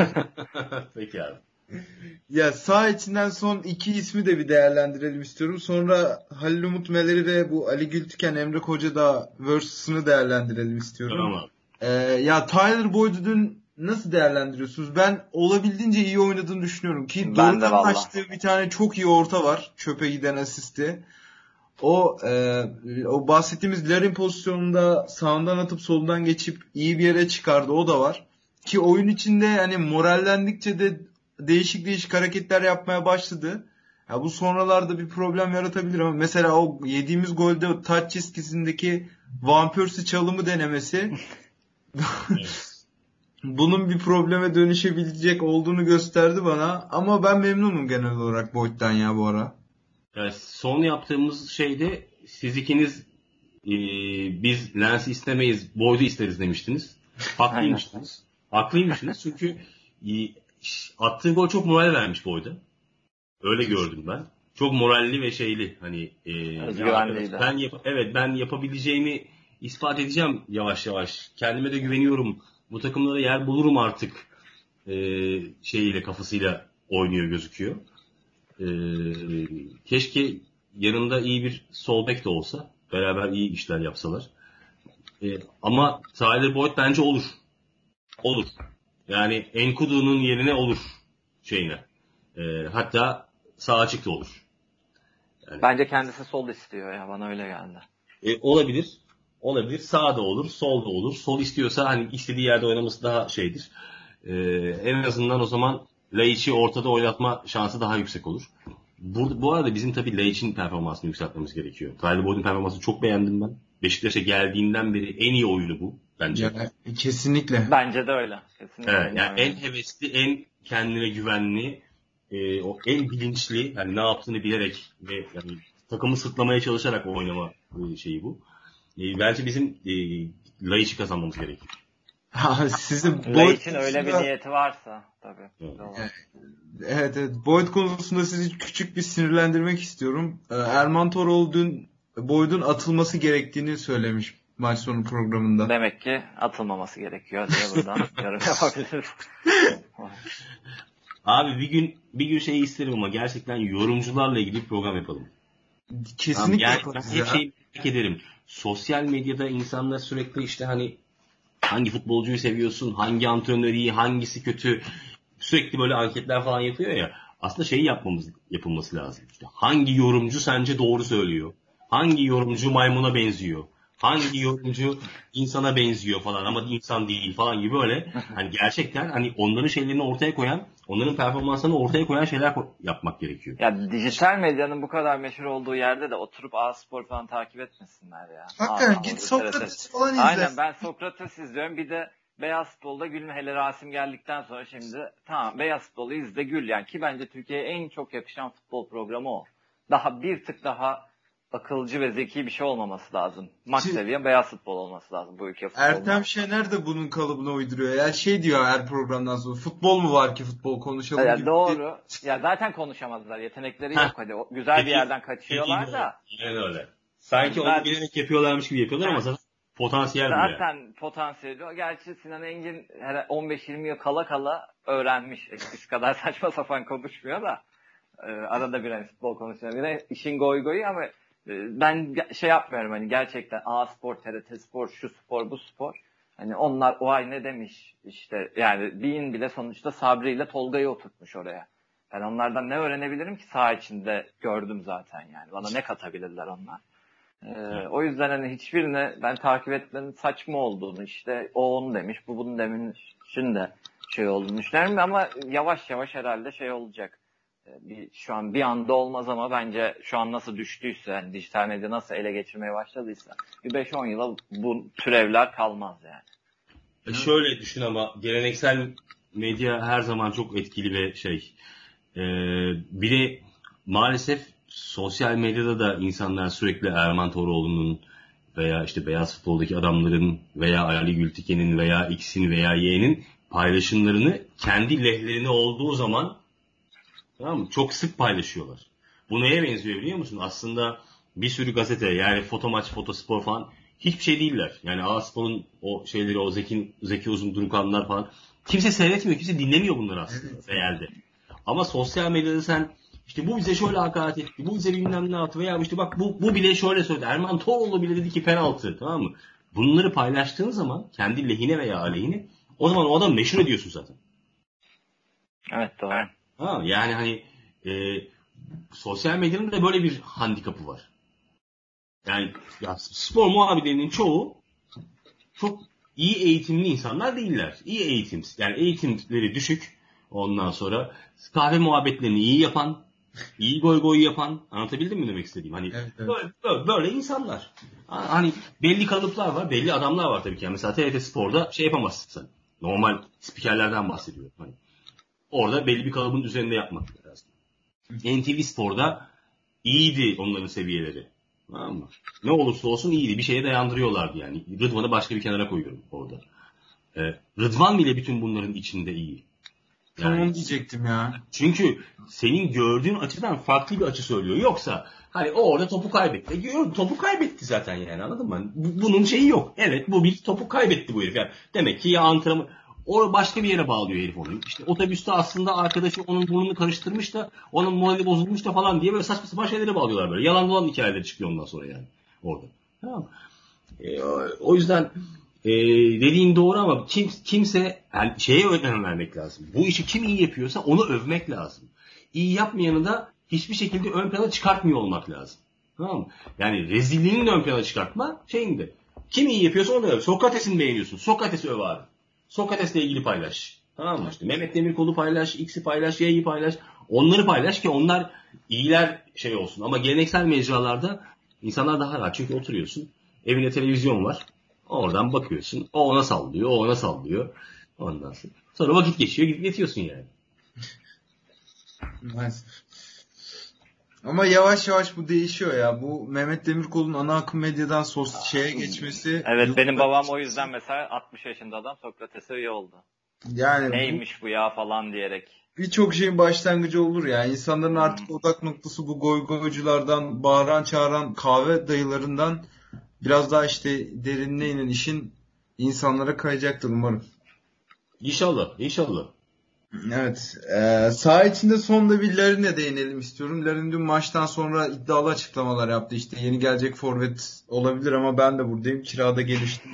Peki abi. Ya sağ içinden son 2 ismi de bir değerlendirelim istiyorum. Sonra Halil Umut Meler'i ve bu Ali Gültiken, Emre Kocadağ versus'unu değerlendirelim istiyorum. Tamam. Ya Tyler Boyd'u dün nasıl değerlendiriyorsunuz? Ben olabildiğince iyi oynadığını düşünüyorum ki doğrudan açtığı bir tane çok iyi orta var. Çöpe giden asisti. O bahsettiğimiz Larin pozisyonunda sağından atıp soldan geçip iyi bir yere çıkardı. O da var. Ki oyun içinde hani morallendikçe de değişik hareketler yapmaya başladı. Ya bu sonralarda bir problem yaratabilir ama mesela o yediğimiz golde taç çizgisindeki Van Persie çalımı denemesi bunun bir probleme dönüşebilecek olduğunu gösterdi bana. Ama ben memnunum genel olarak Boyd'dan ya bu ara. Son yaptığımız şeyde siz ikiniz biz Lens'i istemeyiz, Boyd'u isteriz demiştiniz. Haklıymışsınız çünkü attığı gol çok moral vermiş Boyd'a. Öyle gördüm ben. Çok moralli ve şeyli, hani ben yapabileceğimi ispat edeceğim yavaş yavaş. Kendime de güveniyorum. Bu takımlara yer bulurum artık kafasıyla oynuyor gözüküyor. Keşke yanında iyi bir sol bek de olsa. Beraber iyi işler yapsalar. Ama Tyler Boyd bence olur. Olur. Yani Enkudu'nun yerine olur hatta sağ açık da olur. Yani, bence kendisi sol istiyor ya, bana öyle geldi. Olabilir. Olabilir. Sağ da olur, sol da olur. Sol istiyorsa hani istediği yerde oynaması daha şeydir. En azından o zaman Laiç'i ortada oynatma şansı daha yüksek olur. Bu arada bizim tabii Laiç'in performansını yükseltmemiz gerekiyor. Tyler Boyd'un performansını çok beğendim ben. Beşiktaş'a geldiğinden beri en iyi oyunu bu bence. Yani, kesinlikle. Bence de öyle. Kesinlikle. Evet, yani en hevesli, en kendine güvenli, o en bilinçli, yani ne yaptığını bilerek ve yani takımı sırtlamaya çalışarak oynama şeyi bu. Bence bizim Laiç'i kazanmamız gerekiyor. Laiç'in öyle bir niyeti varsa tabii. Evet. Boyd konusunda sizi küçük bir sinirlendirmek istiyorum. Erman Toroğlu dün Boyd'un atılması gerektiğini söylemiş maç sonu programında. Demek ki atılmaması gerekiyor diye buradan yorum yapabiliriz. Abi bir gün şeyi isterim ama gerçekten yorumcularla ilgili bir program yapalım. Kesinlikle yaparız ya. Hep şeyi merak ederim. Sosyal medyada insanlar sürekli işte hani hangi futbolcuyu seviyorsun, hangi antrenör iyi, hangisi kötü, sürekli böyle anketler falan yapıyor ya. Aslında şeyi yapılması lazım. İşte hangi yorumcu sence doğru söylüyor? Hangi yorumcu maymuna benziyor? hangi yorumcu insana benziyor falan ama insan değil falan gibi böyle hani gerçekten hani onların şeylerini ortaya koyan, onların performanslarını ortaya koyan şeyler yapmak gerekiyor. Ya dijital medyanın bu kadar meşhur olduğu yerde de oturup A-Spor falan takip etmesinler ya. Hakikaten git Sokrates falan izle. Aynen, ben Sokrates izliyorum. Bir de Beyaz Futbol'da gülme, hele Rasim geldikten sonra şimdi tamam, Beyaz Futbol'u izle gül yani, ki bence Türkiye'ye en çok yakışan futbol programı o. Daha bir tık daha akılcı ve zeki bir şey olmaması lazım. Maç seviyen Beyaz Futbol olması lazım bu ülke futbolunda. Ertem Şener de bunun kalıbına uyduruyor. Yani şey diyor her programdan sonra, futbol mu var ki futbol konuşalım ya gibi. Doğru. Ya zaten konuşamazlar. Yetenekleri yok. Hadi güzel bir yerden kaçıyorlar da. Aynen öyle. Sanki onu bilerek yapıyorlarmış gibi yapıyorlar ama zaten potansiyel bu yani. Zaten potansiyeli o. Gerçi Sinan Engin 15-20 yıl kala kala öğrenmiş. Eskisi kadar saçma sapan konuşmuyor da. Arada bir futbol konuşuyor. Yine işin goy goyu ama ben şey yapmıyorum hani, gerçekten A-Spor, TRT Spor, şu spor, bu spor. Hani onlar o ay ne demiş işte, yani Bein bile sonuçta Sabri ile Tolga'yı oturtmuş oraya. Ben onlardan ne öğrenebilirim ki, saha içinde gördüm zaten yani. Bana ne katabilirler onlar. O yüzden hani hiçbirine ben takip etmenin saçma olduğunu, işte o onu demiş, bu bunu demişin de şey olduğunu düşünüyorum ama yavaş yavaş herhalde şey olacak. Şu an bir anda olmaz ama bence şu an nasıl düştüyse, yani dijital medya nasıl ele geçirmeye başladıysa bir 5-10 yıla bu türevler kalmaz yani. Şöyle düşün ama geleneksel medya her zaman çok etkili ve bir de maalesef sosyal medyada da insanlar sürekli Erman Toroğlu'nun veya işte Beyaz Futbol'daki adamların veya Ali Gültiken'in veya X'in veya Y'nin paylaşımlarını kendi lehlerine olduğu zaman, tamam mı, çok sık paylaşıyorlar. Bu neye benziyor biliyor musun? Aslında bir sürü gazete, yani Fotomaç, Fotospor falan hiçbir şey değiller. Yani A-Spor'un o şeyleri, o Zeki Uzun Durukanlar falan kimse seyretmiyor, kimse dinlemiyor bunları aslında realde. Ama sosyal medyada sen işte bu bize şöyle hakaret etti, bu bize bilmem ne yaptı veya işte bak bu bile şöyle söyledi, Erman Toroğlu bile dedi ki penaltı, tamam mı? Bunları paylaştığın zaman kendi lehine veya aleyhine, o zaman o adam meşhur ediyorsun zaten. Evet, doğru. Ha, yani hani sosyal medyanın da böyle bir handikapı var. Yani ya, spor muhabirlerinin çoğu çok iyi eğitimli insanlar değiller. İyi eğitim, yani eğitimleri düşük. Ondan sonra kahve muhabbetlerini iyi yapan, iyi goy goy yapan, anlatabildim mi demek istediğim? Hani evet. Böyle insanlar. Hani belli kalıplar var, belli adamlar var tabii ki. Yani mesela TRT Spor'da şey yapamazsın sen. Normal spikerlerden bahsediyorum. Hani orada belli bir kalıbın üzerinde yapmak lazım. NTV Spor'da iyiydi onların seviyeleri. Tamam mı? Ne olursa olsun iyiydi. Bir şeye dayandırıyorlardı yani. Rıdvan'ı başka bir kenara koyuyorum orada. Rıdvan bile bütün bunların içinde iyi. Yani, tamam diyecektim ya. Çünkü senin gördüğün açıdan farklı bir açı söylüyor. Yoksa hani o orada topu kaybetti. Topu kaybetti zaten yani, anladın mı? Bunun şeyi yok. Evet, bu bir topu kaybetti bu herif. Yani demek ki ya antrenman, o başka bir yere bağlıyor herif onu. İşte otobüste aslında arkadaşı onun burnunu karıştırmış da onun morali bozulmuş da falan diye böyle saçma sapan şeylere bağlıyorlar böyle. Yalan dolan hikayeler çıkıyor ondan sonra yani orada. Tamam. O yüzden dediğin doğru ama kimse yani şeye önem vermek lazım. Bu işi kim iyi yapıyorsa onu övmek lazım. İyi yapmayanı da hiçbir şekilde ön plana çıkartmıyor olmak lazım. Tamam mı? Yani rezilliğini de ön plana çıkartma şeyinde. Kim iyi yapıyorsa onu öv. Sokrates'i beğeniyorsun. Sokrates'i öv abi. Sokrates'le ilgili paylaş. Tamam mı? İşte Mehmet Demirkol'u paylaş, X'i paylaş, Y'yi paylaş. Onları paylaş ki onlar iyiler şey olsun. Ama geleneksel mecralarda insanlar daha rahat. Çünkü oturuyorsun. Evinde televizyon var. Oradan bakıyorsun. O ona sallıyor, o ona sallıyor. Ondan sonra vakit geçiyor, gidip yetiyorsun yani. Maalesef. Ama yavaş yavaş bu değişiyor ya. Bu Mehmet Demirkol'un ana akım medyadan şeye geçmesi. Evet, benim babam o yüzden mesela 60 yaşında adam Sokrates'e üye oldu. Yani neymiş bu ya falan diyerek. Birçok şeyin başlangıcı olur ya. İnsanların artık odak noktası bu goy goyculardan, bağıran çağıran kahve dayılarından biraz daha işte derinine inen işin insanlara kayacaktır umarım. İnşallah, inşallah. Evet. Saha içinde sonda bir Larin'e değinelim istiyorum. Larin dün maçtan sonra iddialı açıklamalar yaptı. İşte yeni gelecek forvet olabilir ama ben de buradayım. Kirada geliştim.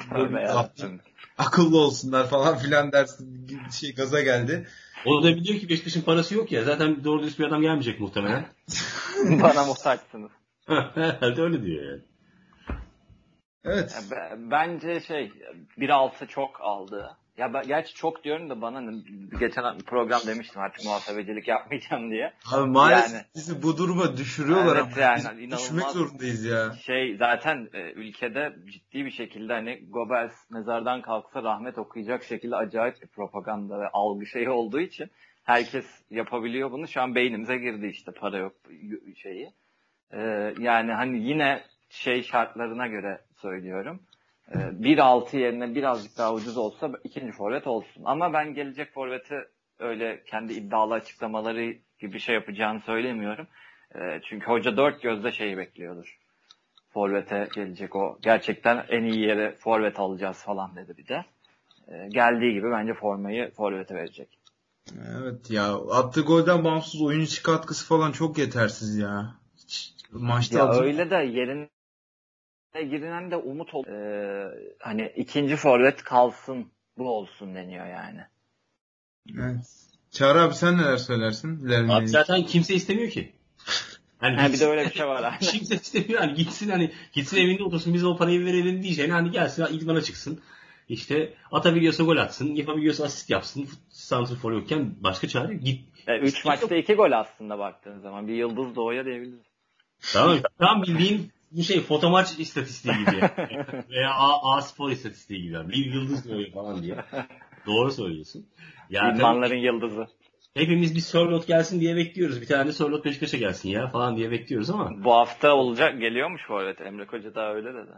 Akıllı olsunlar falan filan dersin. Gaza geldi. O da biliyor ki Beşiktaş'ın parası yok ya. Zaten doğru düz bir adam gelmeyecek muhtemelen. Bana muhtaçsınız. Herhalde öyle diyor yani. Evet. Bence 1.6 çok aldı. Ya gerçi çok diyorum da bana geçen program demiştim artık muhasebecilik yapmayacağım diye. Abi maalesef Yani, bizi bu duruma düşürüyorlar evet ama yani biz düşmek inanılmaz zorundayız ya. zaten ülkede ciddi bir şekilde hani Goebbels mezardan kalksa rahmet okuyacak şekilde acayip bir propaganda ve algı olduğu için herkes yapabiliyor bunu. Şu an beynimize girdi işte para yok şeyi. Yani hani yine şartlarına göre söylüyorum. 1.6 yerine birazcık daha ucuz olsa ikinci forvet olsun. Ama ben gelecek forveti öyle kendi iddialı açıklamaları gibi yapacağını söylemiyorum. Çünkü hoca dört gözle bekliyordur. Forvete gelecek o. Gerçekten en iyi yere forvet alacağız falan dedi bir de. Geldiği gibi bence formayı forvete verecek. Evet ya, attığı golden bağımsız oyun içi katkısı falan çok yetersiz ya. Maçta Ya öyle de yerine girilen de umut hani ikinci forvet kalsın, bu olsun deniyor yani. Evet. Çağrı abi sen neler söylersin? Abi zaten kimse istemiyor ki. Hani Bir de öyle bir şey var. Aynen. kimse istemiyor. Hani gitsin evinde otursun, biz o parayı verelim diyeceğine hani gelsin idmana çıksın. İşte atabiliyorsa gol atsın, yapabiliyorsa asist yapsın. Santrfor yokken başka çare yok. 3 maçta 2 gol aslında baktığın zaman. Bir yıldız doğuya diyebiliriz. Tamam. Tam bildiğin bu fotomaç istatistiği gibi. Veya A Spor istatistiği gibi. Yani. Bir yıldız doğuyor falan diye. Doğru söylüyorsun. Ya İdmanların yıldızı. Hepimiz bir Sörloth gelsin diye bekliyoruz. Bir tane Sörloth Beşiktaş'a gelsin ya falan diye bekliyoruz ama. Bu hafta olacak, geliyormuş forvet. Emre Koca daha öyle dedi.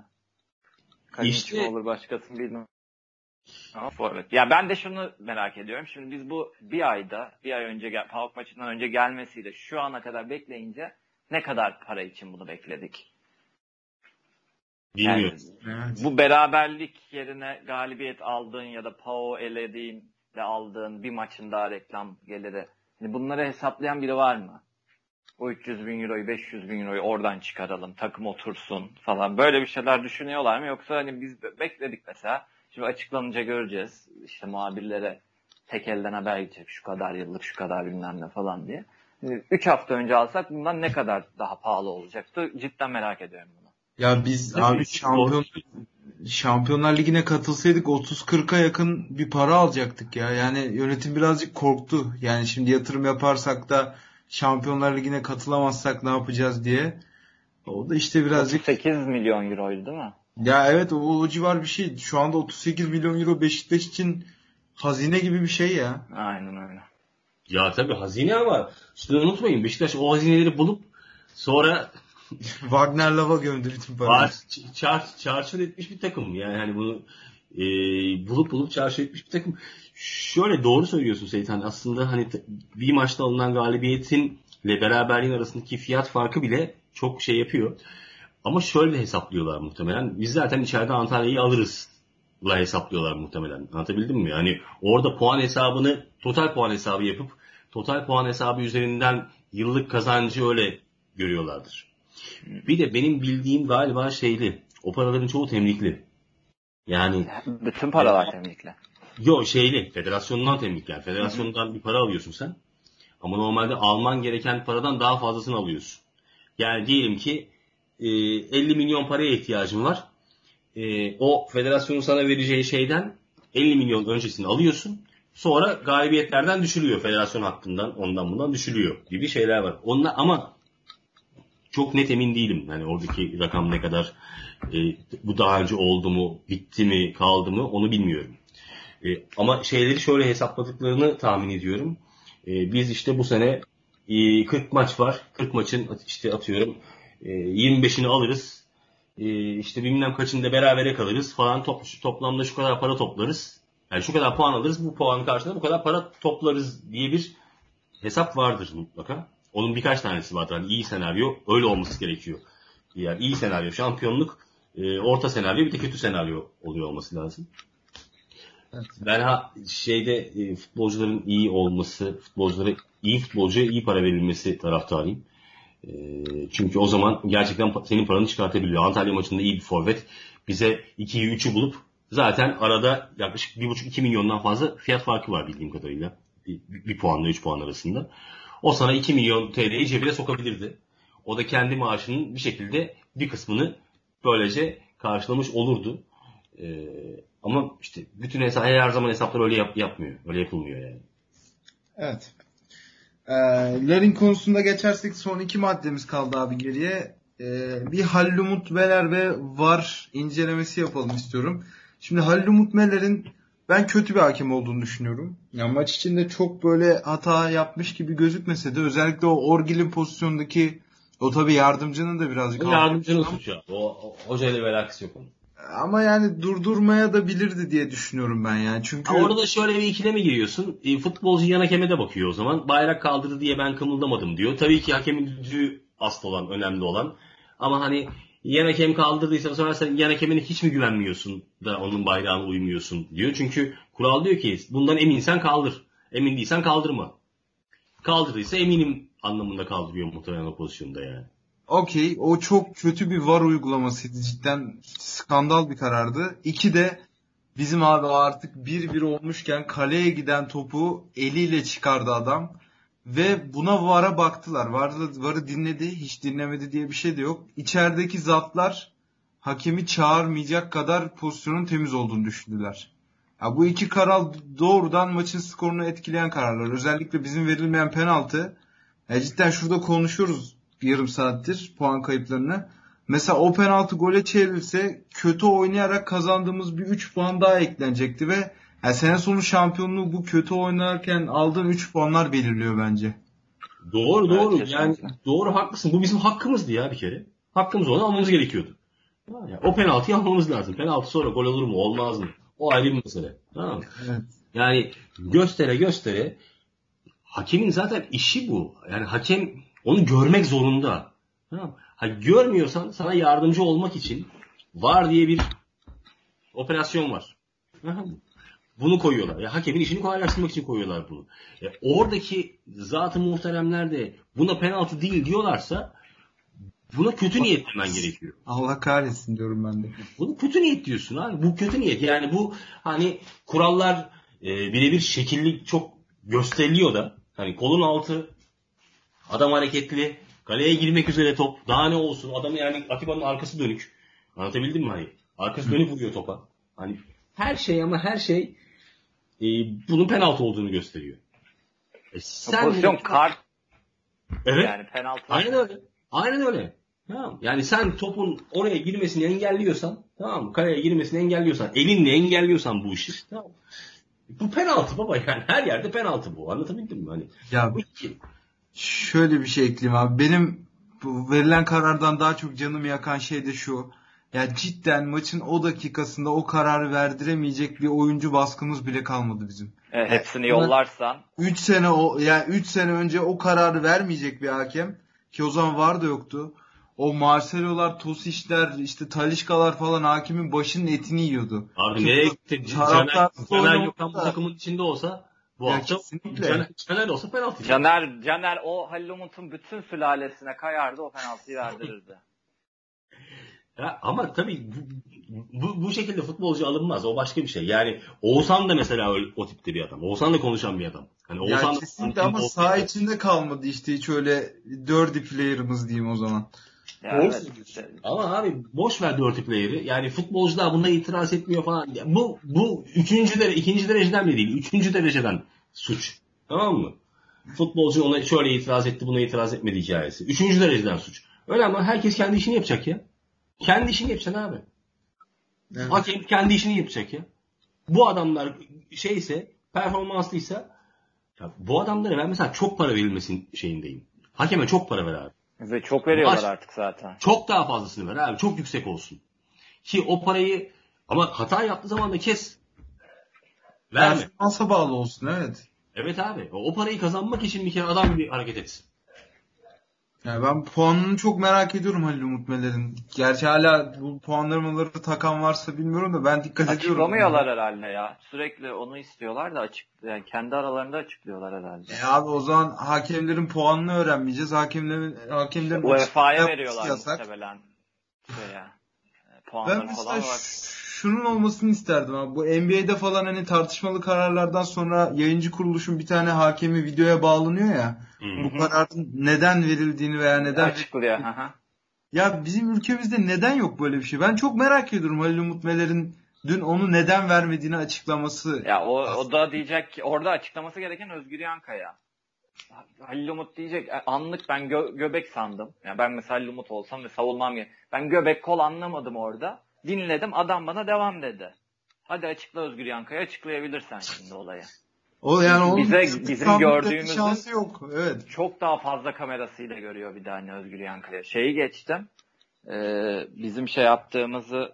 Kaç mi olur başkasını bilmem. Ama forvet. Ya ben de şunu merak ediyorum. Şimdi biz bu bir ay önce Pauk maçından önce gelmesiyle şu ana kadar bekleyince ne kadar para için bunu bekledik? Bilmiyorum. Yani, bu beraberlik yerine galibiyet aldığın ya da Pau elediğin de aldığın bir maçın daha reklam geliri. Yani bunları hesaplayan biri var mı? O 300 bin euroyu, 500 bin euroyu oradan çıkaralım, takım otursun falan. Böyle bir şeyler düşünüyorlar mı? Yoksa hani biz bekledik mesela. Şimdi açıklanınca göreceğiz. İşte muhabirlere tek elden haber gidecek. Şu kadar yıllık, şu kadar bilmem ne falan diye. 3 hafta önce alsak bundan ne kadar daha pahalı olacaktı? Cidden merak ediyorum bunu. Ya biz abi Şampiyonlar Ligi'ne katılsaydık 30-40'a yakın bir para alacaktık ya. Yani yönetim birazcık korktu. Yani şimdi yatırım yaparsak da Şampiyonlar Ligi'ne katılamazsak ne yapacağız diye. O da işte birazcık 38 milyon euroydu değil mi? ya evet, o civar bir şey. Şu anda 38 milyon euro Beşiktaş için hazine gibi bir şey ya. Aynen öyle. Ya tabii hazine ama şunu unutmayın, Beşiktaş o hazineleri bulup sonra Wagner Lava gömdü bütün parayı. çarçur etmiş bir takım. Yani hani bunu bulup çarçur etmiş bir takım. Şöyle doğru söylüyorsun Seytan. Aslında hani bir maçta alınan galibiyetinle beraberliğin arasındaki fiyat farkı bile çok yapıyor. Ama şöyle hesaplıyorlar muhtemelen. Biz zaten içeride Antalya'yı alırız la hesaplıyorlar muhtemelen. Anlatabildim mi? Yani orada puan hesabını total puan hesabı yapıp total puan hesabı üzerinden yıllık kazancı öyle görüyorlardır. Bir de benim bildiğim galiba o paraların çoğu temlikli. Yani bütün paralar temlikli. Federasyondan temlikli. Yani federasyondan bir para alıyorsun sen. Ama normalde alman gereken paradan daha fazlasını alıyorsun. Yani diyelim ki 50 milyon paraya ihtiyacın var. O federasyonun sana vereceği şeyden 50 milyon öncesini alıyorsun. Sonra galibiyetlerden düşülüyor. Federasyon hakkından ondan bundan düşülüyor gibi şeyler var. Ama çok net emin değilim. Yani oradaki rakam ne kadar bu daha önce oldu mu, bitti mi, kaldı mı onu bilmiyorum. Ama şeyleri şöyle hesapladıklarını tahmin ediyorum. Biz işte bu sene 40 maç var. 40 maçın işte atıyorum 25'ini alırız. İşte bilmem kaçında berabere kalırız falan, toplamda şu kadar para toplarız. Yani şu kadar puan alırız, bu puanın karşılığında bu kadar para toplarız diye bir hesap vardır mutlaka. Onun birkaç tanesi var. Yani iyi senaryo öyle olması gerekiyor. Yani iyi senaryo şampiyonluk, orta senaryo bir de kötü senaryo oluyor olması lazım. Evet. Ben futbolcuların iyi olması, iyi futbolcuya iyi para verilmesi taraftarıyım. Çünkü o zaman gerçekten senin paranı çıkartabiliyor. Antalya maçında iyi bir forvet bize 2'yi 3'ü bulup zaten arada yaklaşık 1,5-2 milyondan fazla fiyat farkı var bildiğim kadarıyla. Bir puanla 3 puan arasında. O sana 2 milyon TL'yi cebine sokabilirdi. O da kendi maaşının bir şekilde bir kısmını böylece karşılamış olurdu. Ama işte bütün her zaman hesaplar öyle yapmıyor. Öyle yapılmıyor yani. Evet. Larin konusunda geçersek son 2 maddemiz kaldı abi geriye. Bir Halil Umut Meler ve VAR incelemesi yapalım istiyorum. Şimdi Halil Umut Meler'in ben kötü bir hakem olduğunu düşünüyorum. Yani maç içinde çok böyle hata yapmış gibi gözükmese de özellikle o Orgil'in pozisyondaki o tabii yardımcının da birazcık O yardımcının suçu abi. O hocayla bir alakası yok onun. ama yani durdurmaya da bilirdi diye düşünüyorum ben yani. Çünkü Orada da şöyle bir ikileme giriyorsun. Futbolcu yan hakeme de bakıyor o zaman. Bayrak kaldırdı diye ben kımıldamadım diyor. Tabii ki hakemin düdüğü asıl olan, önemli olan. Ama hani yan hakem kaldırdıysa sonra sen yan hakemine hiç mi güvenmiyorsun da onun bayrağına uymuyorsun diyor. Çünkü kural diyor ki bundan eminsen kaldır. Emin değilsen kaldırma. Kaldırdıysa eminim anlamında kaldırıyor muhtemelen o pozisyonda yani. okey, o çok kötü bir VAR uygulamasıydı. Cidden skandal bir karardı. İki de bizim abi artık 1-1 olmuşken kaleye giden topu eliyle çıkardı adam. Ve buna VAR'a baktılar. VAR'ı dinledi. Hiç dinlemedi diye bir şey de yok. İçerideki zatlar hakemi çağırmayacak kadar pozisyonun temiz olduğunu düşündüler. Ya bu iki karar doğrudan maçın skorunu etkileyen kararlar. Özellikle bizim verilmeyen penaltı. Ya cidden şurada konuşuyoruz yarım saattir puan kayıplarını. Mesela o penaltı gole çevrilse kötü oynayarak kazandığımız bir 3 puan daha eklenecekti ve yani sene sonu şampiyonluğu bu kötü oynarken aldığın 3 puanlar belirliyor bence. Doğru. Evet, Yani doğru, haklısın. Bu bizim hakkımızdı ya bir kere. Hakkımız onu almamız gerekiyordu. Yani o penaltıyı almamız lazım. Penaltı sonra gol olur mu olmaz mı? O ayrı bir mesele. Tamam mı? Evet. Yani göstere hakemin zaten işi bu. Yani hakem onu görmek zorunda. Tamam mı? Görmüyorsan sana yardımcı olmak için VAR diye bir operasyon var. Tamam mı? Bunu koyuyorlar. Ya hakemin işini kolaylaştırmak için koyuyorlar bunu. Oradaki zat-ı muhteremler de buna penaltı değil diyorlarsa buna kötü niyet demen gerekiyor. Allah kahretsin diyorum ben de. Bunu kötü niyet diyorsun abi. Bu kötü niyet. Yani bu hani kurallar birebir şekilli çok gösteriliyor da hani kolun altı adam hareketli kaleye girmek üzere top daha ne olsun adamı yani Atiba'nın arkası dönük. Anlatabildim mi hani? Arkası dönük vuruyor topa. Hani her şey bunun penaltı olduğunu gösteriyor. Pozisyon kart. Evet. Yani penaltı. Aynen öyle. Tamam. Yani sen topun oraya girmesini engelliyorsan, tamam mı? Kaleye girmesini engelliyorsan, elinle engelliyorsan bu işi, tamam. Bu penaltı baba yani her yerde penaltı bu. Anlatabildim mi hani? Ya şöyle bir şey ekleyeyim abi. Benim bu verilen karardan daha çok canımı yakan şey de şu. Ya cidden maçın o dakikasında o kararı verdiremeyecek bir oyuncu baskımız bile kalmadı bizim. Evet, hepsini yollarsan 3 sene önce o kararı vermeyecek bir hakem ki o zaman VAR da yoktu. O Marcelo'lar, Tosic'ler, işte Talisca'lar falan hakemin başının etini yiyordu. Abi nereye gitti? Caner Gökhan bu takımın içinde olsa bu hafta Caner olsa penaltı. Caner o Halil Umut'un bütün sülalesine kayardı o penaltıyı verdirirdi. Ya ama tabii bu şekilde futbolcu alınmaz. O başka bir şey. Yani Oğuzhan da mesela o tipte bir adam. Oğuzhan da konuşan bir adam. Hani Oğuzhan ya kesinlikle ama saha içinde kalmadı işte hiç öyle dirty player'ımız diyeyim o zaman. Evet. Ama abi boş ver dirty player'ı. Yani futbolcular buna itiraz etmiyor falan. Bu ikinci dereceden bile değil. 3. dereceden suç. Tamam mı? Futbolcu ona şöyle itiraz etti, buna itiraz etmedi hikayesi. 3. dereceden suç. Öyle ama herkes kendi işini yapacak ya. Kendi işini yapacaksın abi. Evet. Hakem kendi işini yapacak ya. Bu adamlar performanslıysa ya bu adamlara ben mesela çok para verilmesin şeyindeyim. Hakeme çok para ver abi. Ve çok veriyorlar artık zaten. Çok daha fazlasını ver abi. Çok yüksek olsun. Ki o parayı ama hata yaptığı zaman da kes. Verme. Performansa bağlı olsun evet. Evet abi. O parayı kazanmak için bir kere adam bir hareket etsin. Yani ben puanını çok merak ediyorum Halil Umut Meler'in. Gerçi hala bu puanlamaları takan varsa bilmiyorum da ben dikkat ediyorum. Açıklamıyorlar herhalde ya. Sürekli onu istiyorlar da yani kendi aralarında açıklıyorlar herhalde. Abi o zaman hakemlerin puanını öğrenmeyeceğiz. Hakemlerin UEFA'ya veriyorlar muhtemelen. Puanları ben falan var. Şunun olmasını isterdim abi. Bu NBA'de falan hani tartışmalı kararlardan sonra yayıncı kuruluşun bir tane hakemi videoya bağlanıyor ya. Bu kararın neden verildiğini veya neden açıklıyor. Ya bizim ülkemizde neden yok böyle bir şey? Ben çok merak ediyorum Halil Umut Meler'in dün onu neden vermediğini açıklaması. Ya o da diyecek ki orada açıklaması gereken Özgür Yankaya. Halil Umut diyecek anlık ben göbek sandım. Yani ben mesela Halil Umut olsam ve savunmam gerek. Ben göbek kol anlamadım orada. Dinledim adam bana devam dedi. Hadi açıkla Özgür Yankaya, açıklayabilirsen şimdi olayı. O yani onun Bizim gördüğümüzün şansı yok. Evet. çok daha fazla kamerasıyla görüyor bir tane Özgür Yankaya. Şeyi geçtim. Bizim şey yaptığımızı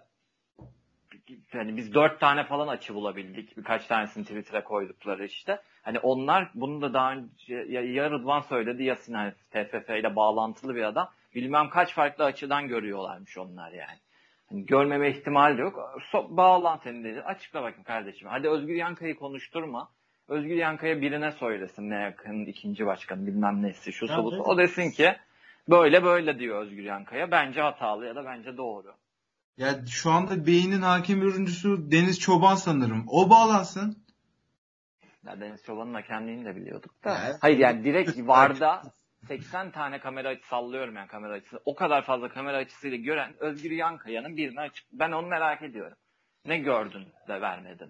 hani biz 4 tane falan açı bulabildik. Birkaç tanesini Twitter'a koydukları işte. Hani onlar bunu da daha önce ya Rıdvan söyledi ya Sinan TFF ile bağlantılı bir adam. Bilmem kaç farklı açıdan görüyorlarmış onlar yani. Hani görmeme ihtimali de yok. Bağlantı dedi. Açıkla bakayım kardeşim. Hadi Özgür Yankaya'yı konuşturma. Özgür Yankaya birine söylesin. Ne yakın ikinci başkan bilmem nesi şu su bu. O desin ki böyle böyle diyor Özgür Yankaya. Bence hatalı ya da bence doğru. Ya şu anda beynin hakim yorumcusu Deniz Çoban sanırım. O bağlansın. Ya Deniz Çoban'ın hakemliğini de biliyorduk da. Ya, hayır yani direkt VAR'da 80 tane kamera açısı sallıyorum yani kamera açısı. O kadar fazla kamera açısıyla gören Özgür Yankaya'nın birine açık. Ben onu merak ediyorum. Ne gördün de vermedin?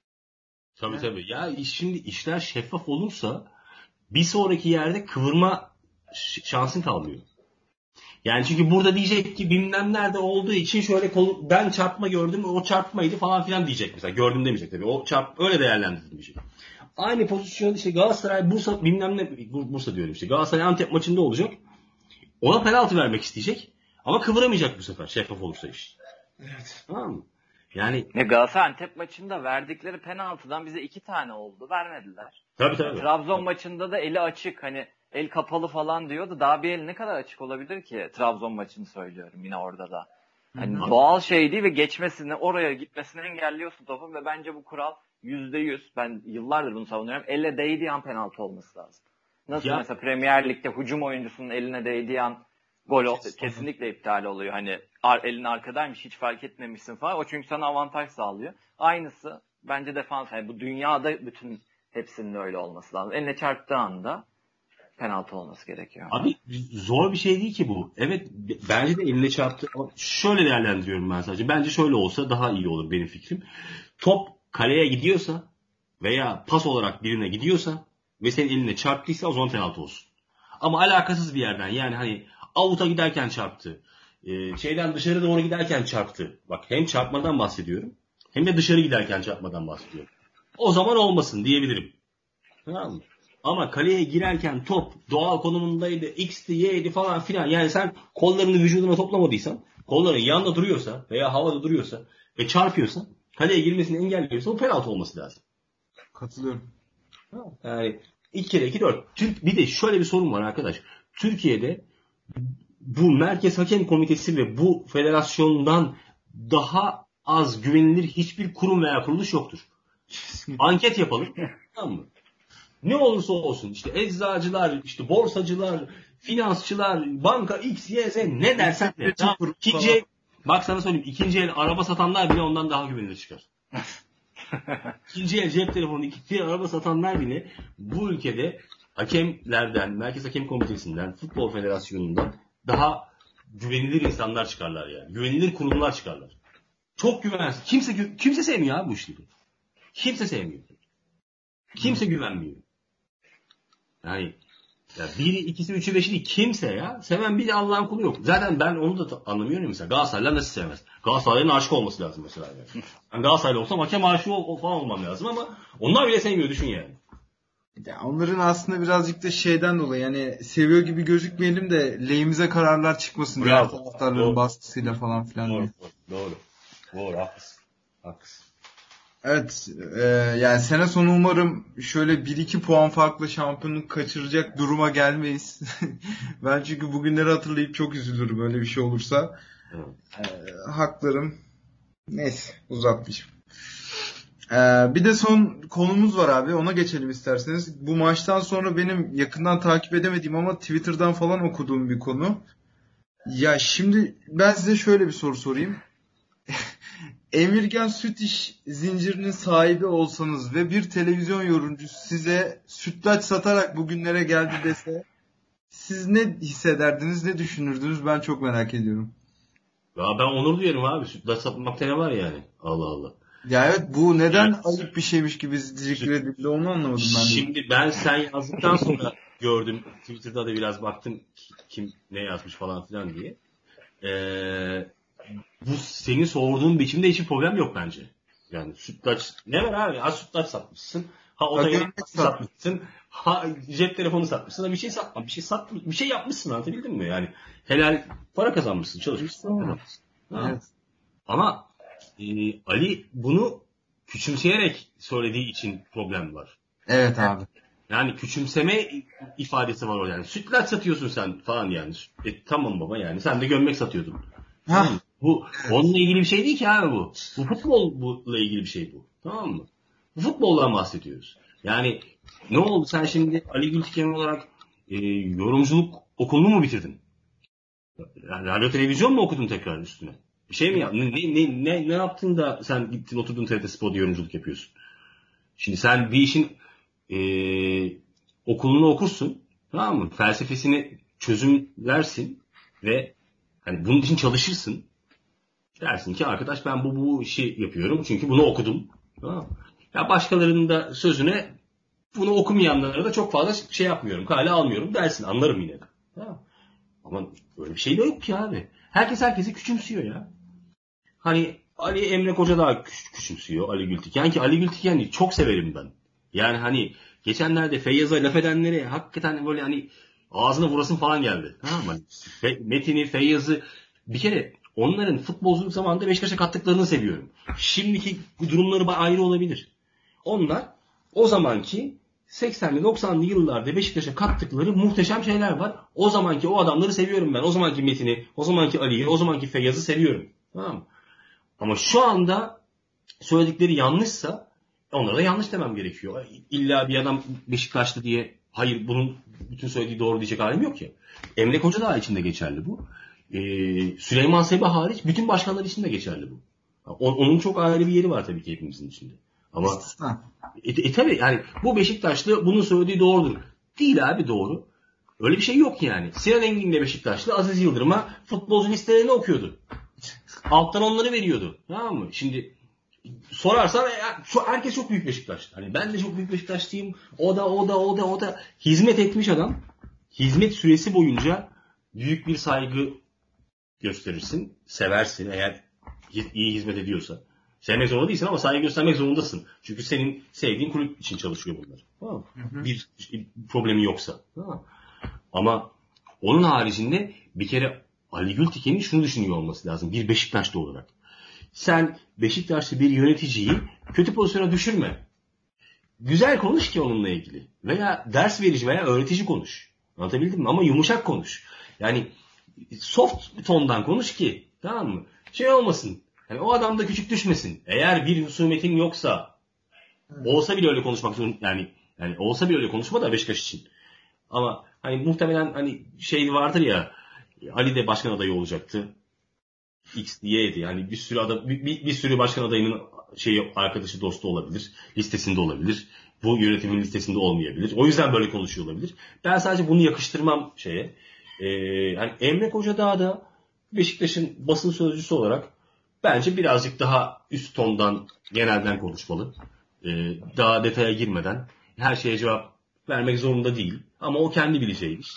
Tabii. Ya şimdi işler şeffaf olursa bir sonraki yerde kıvırma şansın kalmıyor. Yani çünkü burada diyecek ki bilmem nerede olduğu için şöyle ben çarpma gördüm o çarpmaydı falan filan diyecek mesela. Gördüm demeyecek tabii. O öyle değerlendirdim bir şey. Aynı pozisyon işte Galatasaray Bursa bilmem ne Bursa diyorum işte. Galatasaray Antep maçında olacak. Ona penaltı vermek isteyecek. Ama kıvıramayacak bu sefer şeffaf olursa iş. Evet. Tamam mı? Yani Galatasaray Antep maçında verdikleri penaltıdan bize 2 tane oldu. Vermediler. tabii. Trabzon maçında da eli açık hani el kapalı falan diyordu. Daha bir el ne kadar açık olabilir ki? Trabzon maçını söylüyorum yine orada da. Hani doğal şey değil ve geçmesini oraya gitmesini engelliyorsun topun ve bence bu kural %100 ben yıllardır bunu savunuyorum. Elle değdiği an penaltı olması lazım. Nasıl mesela Premier Lig'de hücum oyuncusunun eline değdiği an gol kesinlikle iptal oluyor. Hani elin arkadaymış hiç fark etmemişsin falan. O çünkü sana avantaj sağlıyor. Aynısı bence defans. Yani bu dünyada bütün hepsinin öyle olması lazım. Eline çarptığı anda penaltı olması gerekiyor. Abi zor bir şey değil ki bu. Evet bence de eline çarptı. Şöyle değerlendiriyorum ben sadece. Bence şöyle olsa daha iyi olur benim fikrim. Top kaleye gidiyorsa veya pas olarak birine gidiyorsa ve senin eline çarptıysa o zaman penaltı olsun. Ama alakasız bir yerden yani hani avuta giderken çarptı. Şeyden dışarı doğru giderken çarptı. Bak hem çarpmadan bahsediyorum hem de dışarı giderken çarpmadan bahsediyorum. O zaman olmasın diyebilirim. Tamam mı? Ama kaleye girerken top doğal konumundaydı, x'ti, y'di falan filan. Yani sen kollarını vücuduna toplamadıysan, kolların yanında duruyorsa veya havada duruyorsa ve çarpıyorsa, kaleye girmesini engelliyorsa o penaltı olması lazım. Katılıyorum. Yani 2 kere 2 4. Bir de şöyle bir sorun var arkadaş. Türkiye'de bu Merkez Hakem Komitesi ve bu federasyondan daha az güvenilir hiçbir kurum veya kuruluş yoktur. Anket yapalım. Tamam mı? Ne olursa olsun işte eczacılar, işte borsacılar, finansçılar, banka X, Y, Z ne dersen de. Tamam. Bak sana söyleyeyim ikinci el araba satanlar bile ondan daha güvenilir çıkar. İkinci el cep telefonu, ikinci el araba satanlar bile bu ülkede hakemlerden, Merkez Hakem Komitesi'nden, Futbol Federasyonu'ndan daha güvenilir insanlar çıkarlar yani. Güvenilir kurumlar çıkarlar. Çok güvensiz. Kimse sevmiyor abi bu işleri. Kimse sevmiyor. Kimse güvenmiyor. Yani ya biri, ikisi, üçü, beşi değil. Kimse ya. Seven bir de Allah'ın kulu yok. Zaten ben onu da anlamıyorum mesela. Galatasaraylılar nasıl sevmez? Galatasaray'ın aşık olması lazım mesela. Yani. Ben Galatasaraylı olsam hakem aşığı falan olmam lazım ama onlar bile sevmiyor düşün yani. Ya onların aslında birazcık da şeyden dolayı yani seviyor gibi gözükmeyelim de lehimize kararlar çıkmasın. Diğer taraftarların baskısıyla falan filan. Doğru. Haklısın. Evet. Yani sene sonu umarım şöyle 1-2 puan farklı şampiyonluk kaçıracak duruma gelmeyiz. Ben çünkü bugünleri hatırlayıp çok üzülürüm böyle bir şey olursa. Haklarım. Neyse uzatmışım. Bir de son konumuz var abi. Ona geçelim isterseniz. Bu maçtan sonra benim yakından takip edemediğim ama Twitter'dan falan okuduğum bir konu. Ya şimdi ben size şöyle bir soru sorayım. Emirgan Süt İş zincirinin sahibi olsanız ve bir televizyon yorumcusu size sütlaç satarak bugünlere geldi dese Siz ne hissederdiniz, ne düşünürdünüz, ben çok merak ediyorum. Ya ben onur duyarım abi. Sütlaç satmakta ne var yani? Allah Allah. Ya evet, bu neden Yani, ayıp bir şeymiş gibi zikredildi, onu anlamadım ben de. şimdi sen yazdıktan sonra gördüm. Twitter'da da biraz baktım kim ne yazmış falan filan diye. Bu senin sorduğun biçimde hiçbir problem yok bence. Yani sütlaç ne var abi? Ha sütlaç satmışsın. Ha Ya otoyol gömlek satmışsın. Ha cep telefonu satmışsın. Ha bir şey satma. Bir şey yapmışsın, anlatabildim mi? Yani helal para kazanmışsın. Çalışmışsın. Kazanmışsın. Ha. Evet. Ama Ali bunu küçümseyerek söylediği için problem var. Evet abi. Yani küçümseme ifadesi var orada. Yani sütlaç satıyorsun sen falan yani. Tamam baba yani. Sen de gömlek satıyordun. Tamam mı? Hah. Bu onunla ilgili bir şey değil ki abi bu. Bu futbolla ilgili bir şey bu. Tamam mı? Bu futboldan bahsediyoruz. Yani ne oldu? Sen şimdi Ali Gültiken olarak yorumculuk okulunu mu bitirdin? Yani radyo televizyon mu okudun tekrar üstüne? Bir şey mi yaptın? Ne yaptın da sen gittin oturdun TRT Spor'da yorumculuk yapıyorsun? Şimdi sen bir işin okulunu okursun. Tamam mı? Felsefesini çözümlersin ve hani bunun için çalışırsın. Dersin ki arkadaş ben bu işi yapıyorum çünkü bunu okudum. Tamam mı? Ya başkalarının da sözüne bunu okumayanlara da çok fazla şey yapmıyorum. Kale almıyorum dersin. Anlarım yine de. Tamam mı? Ama öyle bir şey de yok ki abi. Herkes herkesi küçümsüyor ya. Hani Ali Emre Koca daha küçümsüyor Ali Gültiken ki Ali Gültiken'i çok severim ben. Yani hani geçenlerde Feyyaz'a laf edenlere hakikaten böyle hani ağzına vurasın falan geldi. Tamam mı? Metin'i, Feyyaz'ı bir kere onların futbolculuk zamanında Beşiktaş'a kattıklarını seviyorum. Şimdiki durumları ayrı olabilir. Onlar o zamanki 80'li 90'lı yıllarda Beşiktaş'a kattıkları muhteşem şeyler var. O zamanki o adamları seviyorum ben. O zamanki Metin'i, o zamanki Ali'yi, o zamanki Feyyaz'ı seviyorum. Tamam mı? Ama şu anda söyledikleri yanlışsa onlara da yanlış demem gerekiyor. İlla bir adam Beşiktaşlı diye hayır bunun bütün söylediği doğru diyecek halim yok ya. Emre Koca da içinde geçerli bu. Süleyman Seba hariç bütün başkanlar için de geçerli bu. Onun çok ayrı bir yeri var tabii ki hepimizin içinde. Ama tabii yani bu Beşiktaşlı bunun söylediği doğrudur. Değil abi doğru. Öyle bir şey yok yani. Sinan Engin de Beşiktaşlı Aziz Yıldırım'a futbolcu listelerini okuyordu. Alttan onları veriyordu. Tamam mı? Şimdi sorarsan herkes çok büyük Beşiktaşlı. Hani ben de çok büyük Beşiktaşlıyım. O da hizmet etmiş adam. Hizmet süresi boyunca büyük bir saygı gösterirsin. Seversin eğer iyi hizmet ediyorsa. Sevmek zorunda değilsin ama saygı göstermek zorundasın. Çünkü senin sevdiğin kulüp için çalışıyor bunlar. Tamam mı? Bir problemi yoksa. Tamam. Ama onun haricinde bir kere Ali Gültiken'in şunu düşünüyor olması lazım. Bir Beşiktaşlı olarak. Sen Beşiktaşlı bir yöneticiyi kötü pozisyona düşürme. Güzel konuş ki onunla ilgili. Veya ders verici veya öğretici konuş. Anlatabildim mi? Ama yumuşak konuş. Yani soft tondan konuş ki tamam mı? Şey olmasın. Yani o adam da küçük düşmesin. Eğer bir husumetin yoksa olsa bile öyle konuşmak zorunda yani olsa bile öyle konuşma da Beşiktaş için. Ama hani muhtemelen hani şey vardır ya Ali de başkan adayı olacaktı. X, Y'di. Yani bir sürü adam bir sürü başkan adayının arkadaşı dostu olabilir. Listesinde olabilir. Bu yönetimin listesinde olmayabilir. O yüzden böyle konuşuyor olabilir. Ben sadece bunu yakıştırmam şeye. Yani Emre Kocadağ da Beşiktaş'ın basın sözcüsü olarak bence birazcık daha üst tondan genelden konuşmalı. Daha detaya girmeden her şeye cevap vermek zorunda değil. Ama o kendi bileceği iş.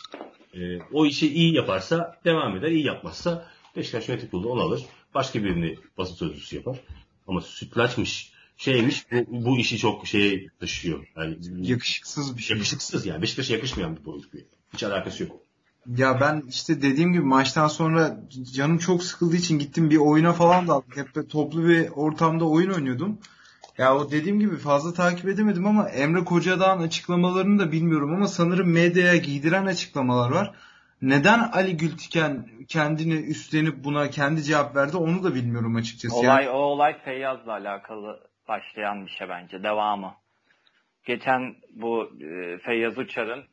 O işi iyi yaparsa devam eder. İyi yapmazsa Beşiktaş yönetim kurulu onu alır. Başka birini basın sözcüsü yapar. Ama sütlaçmış şeymiş bu işi çok şeye taşıyor. Yani, yakışıksız bir şey. Yakışıksız yani. Beşiktaş'a yakışmayan bir politik. Hiç alakası yok. Ya ben işte dediğim gibi maçtan sonra canım çok sıkıldığı için gittim bir oyuna falan daldık. Hep de toplu bir ortamda oyun oynuyordum. Ya o dediğim gibi fazla takip edemedim ama Emre Kocadağ'ın açıklamalarını da bilmiyorum ama sanırım medyaya giydiren açıklamalar var. Neden Ali Gültiken kendini üstlenip buna kendi cevap verdi onu da bilmiyorum açıkçası. O olay Feyyaz'la alakalı başlayan bir şey bence. Devamı. Geçen bu Feyyaz Uçar'ın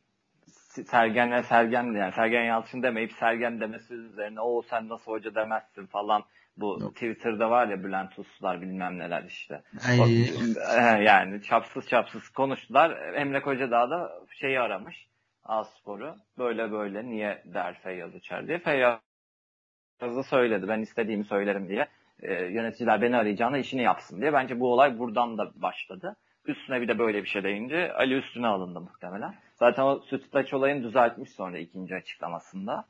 Sergen Yalçın demeyip Sergen demesi üzerine o sen nasıl hoca demezsin falan bu Twitter'da var ya Bülent Uslular bilmem neler işte. Yani çapsız konuştular. Emre Kocadağ da şeyi aramış. A-Spor'u. Böyle böyle niye der Feyyaz Uçar diye. Feyyaz da söyledi. Ben istediğimi söylerim diye. Yöneticiler beni arayacağına işini yapsın diye. Bence bu olay buradan da başladı. Üstüne bir de böyle bir şey deyince Ali üstüne alındı muhtemelen. Zaten o sütlaç olayını düzeltmiş sonra ikinci açıklamasında.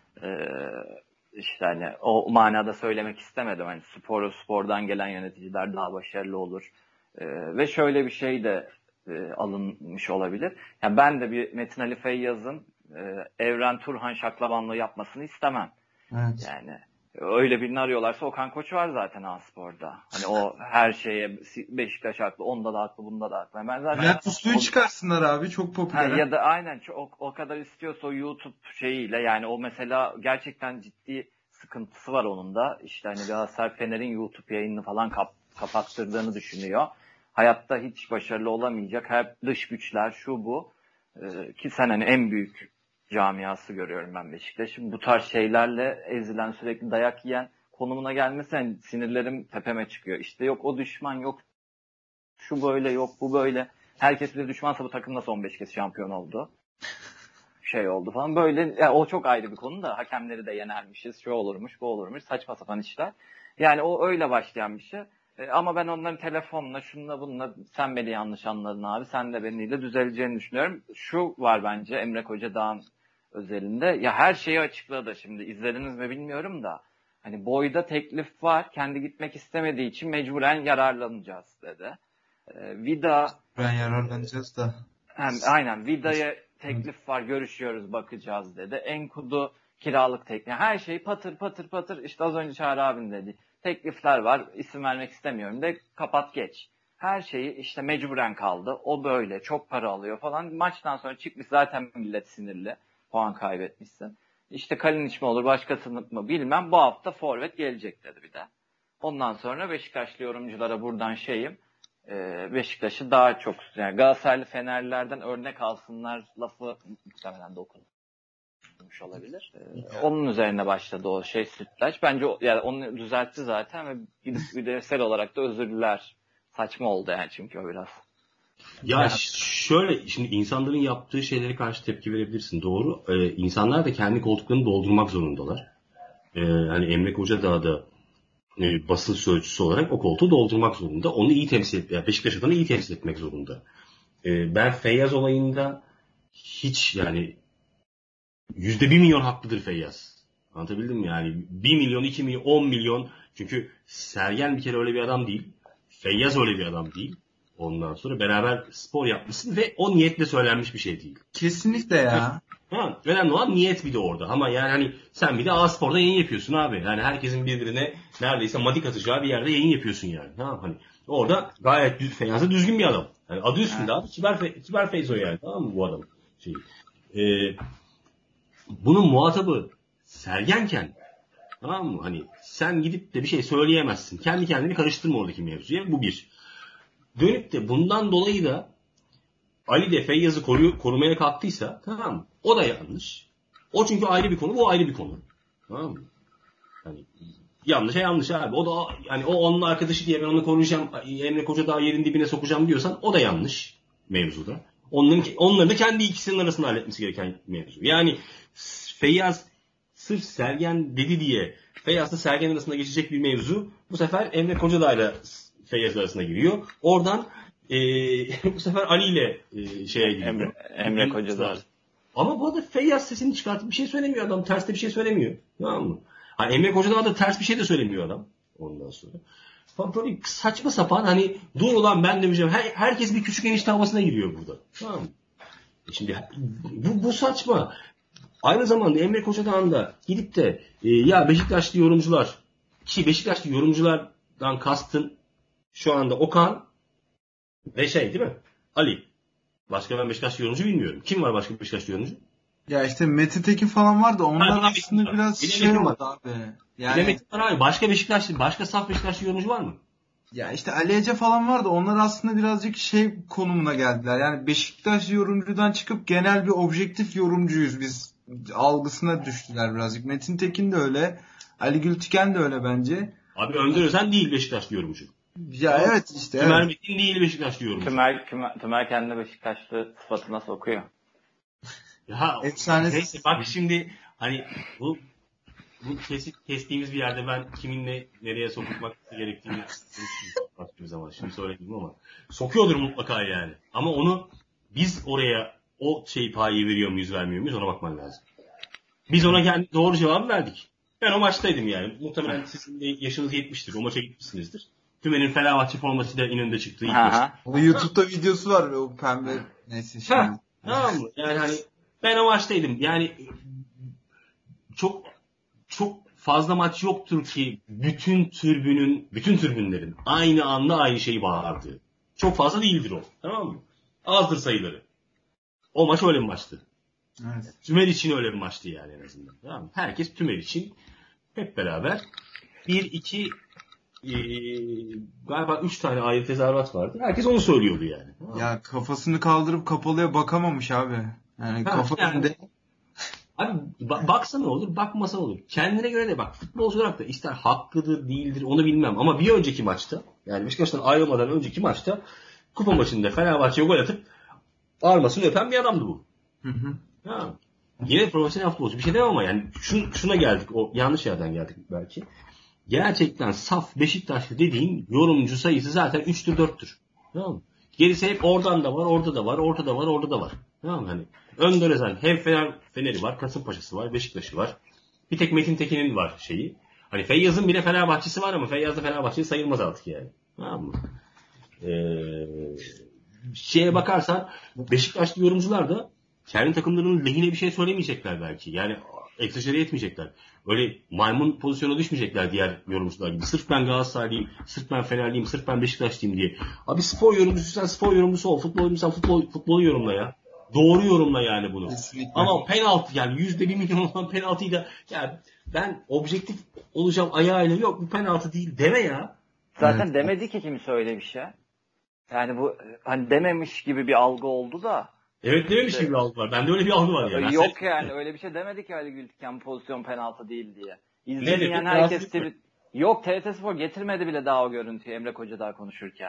İşte hani o manada söylemek istemedim. Hani spordan gelen yöneticiler daha başarılı olur. Ve şöyle bir şey de alınmış olabilir. Yani ben de bir Metin Ali Feyyaz'ın Evren Turhan şaklabanlığı yapmasını istemem. Evet. Yani öyle birini arıyorlarsa Okan Koç var zaten A-Spor'da. Hani o her şeye Beşiktaş haklı, onda da haklı, bunda da haklı. Ben zaten Bülent Uslu'yu çıkarsınlar abi, çok popüler. ya da aynen o kadar istiyorsa o YouTube şeyiyle, yani o mesela gerçekten ciddi sıkıntısı var onun da. İşte hani Galatasaray Fener'in YouTube yayınını falan kapattırdığını düşünüyor. Hayatta hiç başarılı olamayacak. Hep dış güçler şu bu. Ki sen hani en büyük camiası görüyorum ben Beşiktaş'ın. Bu tarz şeylerle ezilen, sürekli dayak yiyen konumuna gelmesi yani sinirlerim tepeme çıkıyor. İşte yok o düşman, yok şu böyle, yok bu böyle. Herkes bize düşmansa bu takım nasıl 15 kez şampiyon oldu? Şey oldu falan. Böyle yani o çok ayrı bir konu da, hakemleri de yenermişiz. Şu olurmuş, bu olurmuş. Saçma sapan işler. Yani o öyle başlayan bir şey. Ama ben onların telefonla, şununla bununla, sen beni yanlış anladın abi, sen de beniyle düzeleceğini düşünüyorum. Şu var bence Emre Kocadağ'ın özelinde. Ya her şeyi açıkladı şimdi. İzlediniz mi bilmiyorum da. Hani boyda teklif var. Kendi gitmek istemediği için mecburen yararlanacağız dedi. Vida Ben yararlanacağız da. aynen Vida'ya teklif var, görüşüyoruz, bakacağız dedi. Enkudu kiralık teklif. Yani her şey patır patır patır. İşte az önce Çağrı abin dedi. Teklifler var, isim vermek istemiyorum de kapat geç. Her şeyi işte mecburen kaldı. O böyle çok para alıyor falan. Maçtan sonra çıkmış zaten millet sinirli. Puan kaybetmişsin. İşte Kalinic mi olur, başkası mı bilmem. Bu hafta forvet gelecek dedi bir de. Ondan sonra Beşiktaşlı yorumculara buradan Beşiktaş'ı daha çok, yani Galatasaraylı Fenerlilerden örnek alsınlar lafı muhtemelen dokunmuş olabilir. Onun üzerine başladı o sütlaç. Bence yani onu düzeltti zaten ve bireysel olarak da özür diler. Saçma oldu yani çünkü o biraz. Ya şöyle, şimdi insanların yaptığı şeylere karşı tepki verebilirsin, doğru. İnsanlar da kendi koltuklarını doldurmak zorundalar. Hani Emre Kocadağ da basın sözcüsü olarak o koltuğu doldurmak zorunda. Onu iyi temsil etmek, yani Beşiktaş adına iyi temsil etmek zorunda. Ben Feyyaz olayında hiç yani %1 milyon haklıdır Feyyaz. Anlatabildim mi? Yani 1 milyon, 2 milyon, 10 milyon. Çünkü Sergen bir kere öyle bir adam değil. Feyyaz öyle bir adam değil. Ondan sonra beraber spor yapmışsın ve o niyetle söylenmiş bir şey değil. Kesinlikle ya. Ha, önemli olan niyet bir de orada. Ama yani hani sen bir de A-Spor'da yayın yapıyorsun abi. Yani herkesin birbirine neredeyse madik atacağı bir yerde yayın yapıyorsun yani. Ha, hani orada gayet Feyyaz'a düzgün bir adam. Yani adı üstünde abi. Kibar Feyzo yani. Tamam mı bu adam? Bunun muhatabı Sergenken, tamam mı? Hani sen gidip de bir şey söyleyemezsin. Kendi kendini karıştırma oradaki mevzuya. Bu bir. Dönüp de bundan dolayı da Ali de Feyyaz'ı korumaya kalktıysa, tamam mı? O da yanlış. O çünkü ayrı bir konu, bu ayrı bir konu. Tamam mı? Yani yanlışa yanlış abi. O da yani o onun arkadaşı diye ben onu koruyacağım, Emre Kocadağ yerin dibine sokacağım diyorsan o da yanlış mevzuda. Onların da kendi ikisinin arasında halletmesi gereken mevzu. Yani Feyyaz sırf Sergen dedi diye Feyyaz'la Sergen arasında geçecek bir mevzu bu sefer Emre Kocadağ ile Feyyaz arasına giriyor. Oradan bu sefer Ali ile şeye giriyor. Emre Kocadağ. Ama bu arada Feyyaz sesini çıkartıp bir şey söylemiyor adam. Ters de bir şey söylemiyor. Tamam mı? Hani Emre Kocadağ da ters bir şey de söylemiyor adam. Ondan sonra. Böyle saçma sapan, hani dur ulan ben demeyeceğim. Herkes bir küçük enişte havasına giriyor burada. Tamam mı? Şimdi bu saçma. Aynı zamanda Emre Kocadağ'ın da gidip de ya Beşiktaşlı yorumcular, ki Beşiktaşlı yorumculardan kastın şu anda Okan ve değil mi? Ali. Başka ben Beşiktaşlı yorumcu bilmiyorum. Kim var başka Beşiktaşlı yorumcu? Ya işte Metin Tekin falan vardı. Onlar aslında biraz oldu abi. Yani abi. Başka saf Beşiktaşlı yorumcu var mı? Ya işte Ali Ece falan vardı. Onlar aslında birazcık konumuna geldiler. Yani Beşiktaş yorumcudan çıkıp genel bir objektif yorumcuyuz biz algısına düştüler birazcık. Metin Tekin de öyle. Ali Gültiken de öyle bence. Abi Önder Özen değil Beşiktaşlı yorumcu. Ya evet işte. Tümer Metin değil Beşiktaşlı yorumcu. Tümer kendine Beşiktaşlı sıfatına sokuyor. Ya Efsanesi. neyse bak şimdi hani bu kestiğimiz bir yerde ben kiminle nereye sokulmak gerektiğini başka bir zaman şimdi söyledim ama sokuyordur mutlaka yani. Ama onu biz oraya o payı veriyor muyuz vermiyor muyuz ona bakman lazım. Biz ona kendi doğru cevabı verdik. Ben o maçtaydım yani. Muhtemelen sizin de yaşınız 70'tir. O maça gitmişsinizdir. Tümen'in Fenerbahçe forması da inönde çıktığı ilk maç. YouTube'da videosu var ve o pembe neyse şimdi. Tamam mı? Yani hani ben o maçtaydım. Yani çok fazla maç yoktur ki bütün tribünlerin aynı anda aynı şeyi bağırdığı. Çok fazla değildir o. Tamam mı? Azdır sayıları. O maç öyle bir maçtı. Evet. Tümer için öyle bir maçtı yani en azından. Tamam mı? Herkes Tümer için hep beraber 1-2 galiba 3 tane ayrı tezahürat vardı. Herkes onu söylüyordu yani. Tamam. Ya kafasını kaldırıp kapalıya bakamamış abi. Yani kafa önünde. Abi baksa ne olur, bakmasa ne olur. Kendine göre de bak futbolcu olarak da ister hakkıdır, değildir onu bilmem. Ama bir önceki maçta yani Beşiktaş'tan ayrılmadan önceki maçta kupa maçında Fenerbahçe'ye gol atıp armasını öpen bir adamdı bu. Ha. Yine profesyonel futbolcu. Bir şey demem ama yani şuna geldik. O yanlış yerden geldik belki. Gerçekten saf Beşiktaşlı dediğin yorumcu sayısı zaten 3'tür 4'tür. Tamam mı? Gerisi hep oradan da var, orada da var, orada da var, orada da var. Tamam mı? Hani Önder Özen hem Fener'i var, Kasımpaşa'sı var, Beşiktaş'ı var. Bir tek Metin Tekin'in var şeyi. Hani Feyyaz'ın bile Fenerbahçe'si var ama Feyyaz da Fenerbahçe'yi sayılmaz artık yani. Tamam mı? Şeye bakarsan Beşiktaşlı yorumcular da kendi takımlarının lehine bir şey söylemeyecekler belki. Yani egzajere etmeyecekler. Öyle maymun pozisyona düşmeyecekler diğer yorumcular gibi. Sırf ben Galatasaraylıyım, sırf ben Fenerliyim, sırf ben Beşiktaşlıyım diye. Abi spor yorumcusu spor yorumcusu ol. Futbol yorumcusu futbolu yorumla ya. Doğru yorumla yani bunu. Kesinlikle. Ama penaltı yani %1 milyon olan penaltıyı da yani ben objektif olacağım ayağıyla yok bu penaltı değil deme ya. Zaten Evet. demedi ki kimse öyle bir şey. Yani bu hani dememiş gibi bir algı oldu da. Evet dememiş gibi bir algı var. Bende öyle bir algı var yani. Yok yani öyle bir şey demedi ki Ali Gültiken pozisyon penaltı değil diye. Ne İzlemeyen dedi? herkes yok TRT Spor getirmedi bile daha o görüntüyü Emre Kocadağ konuşurken.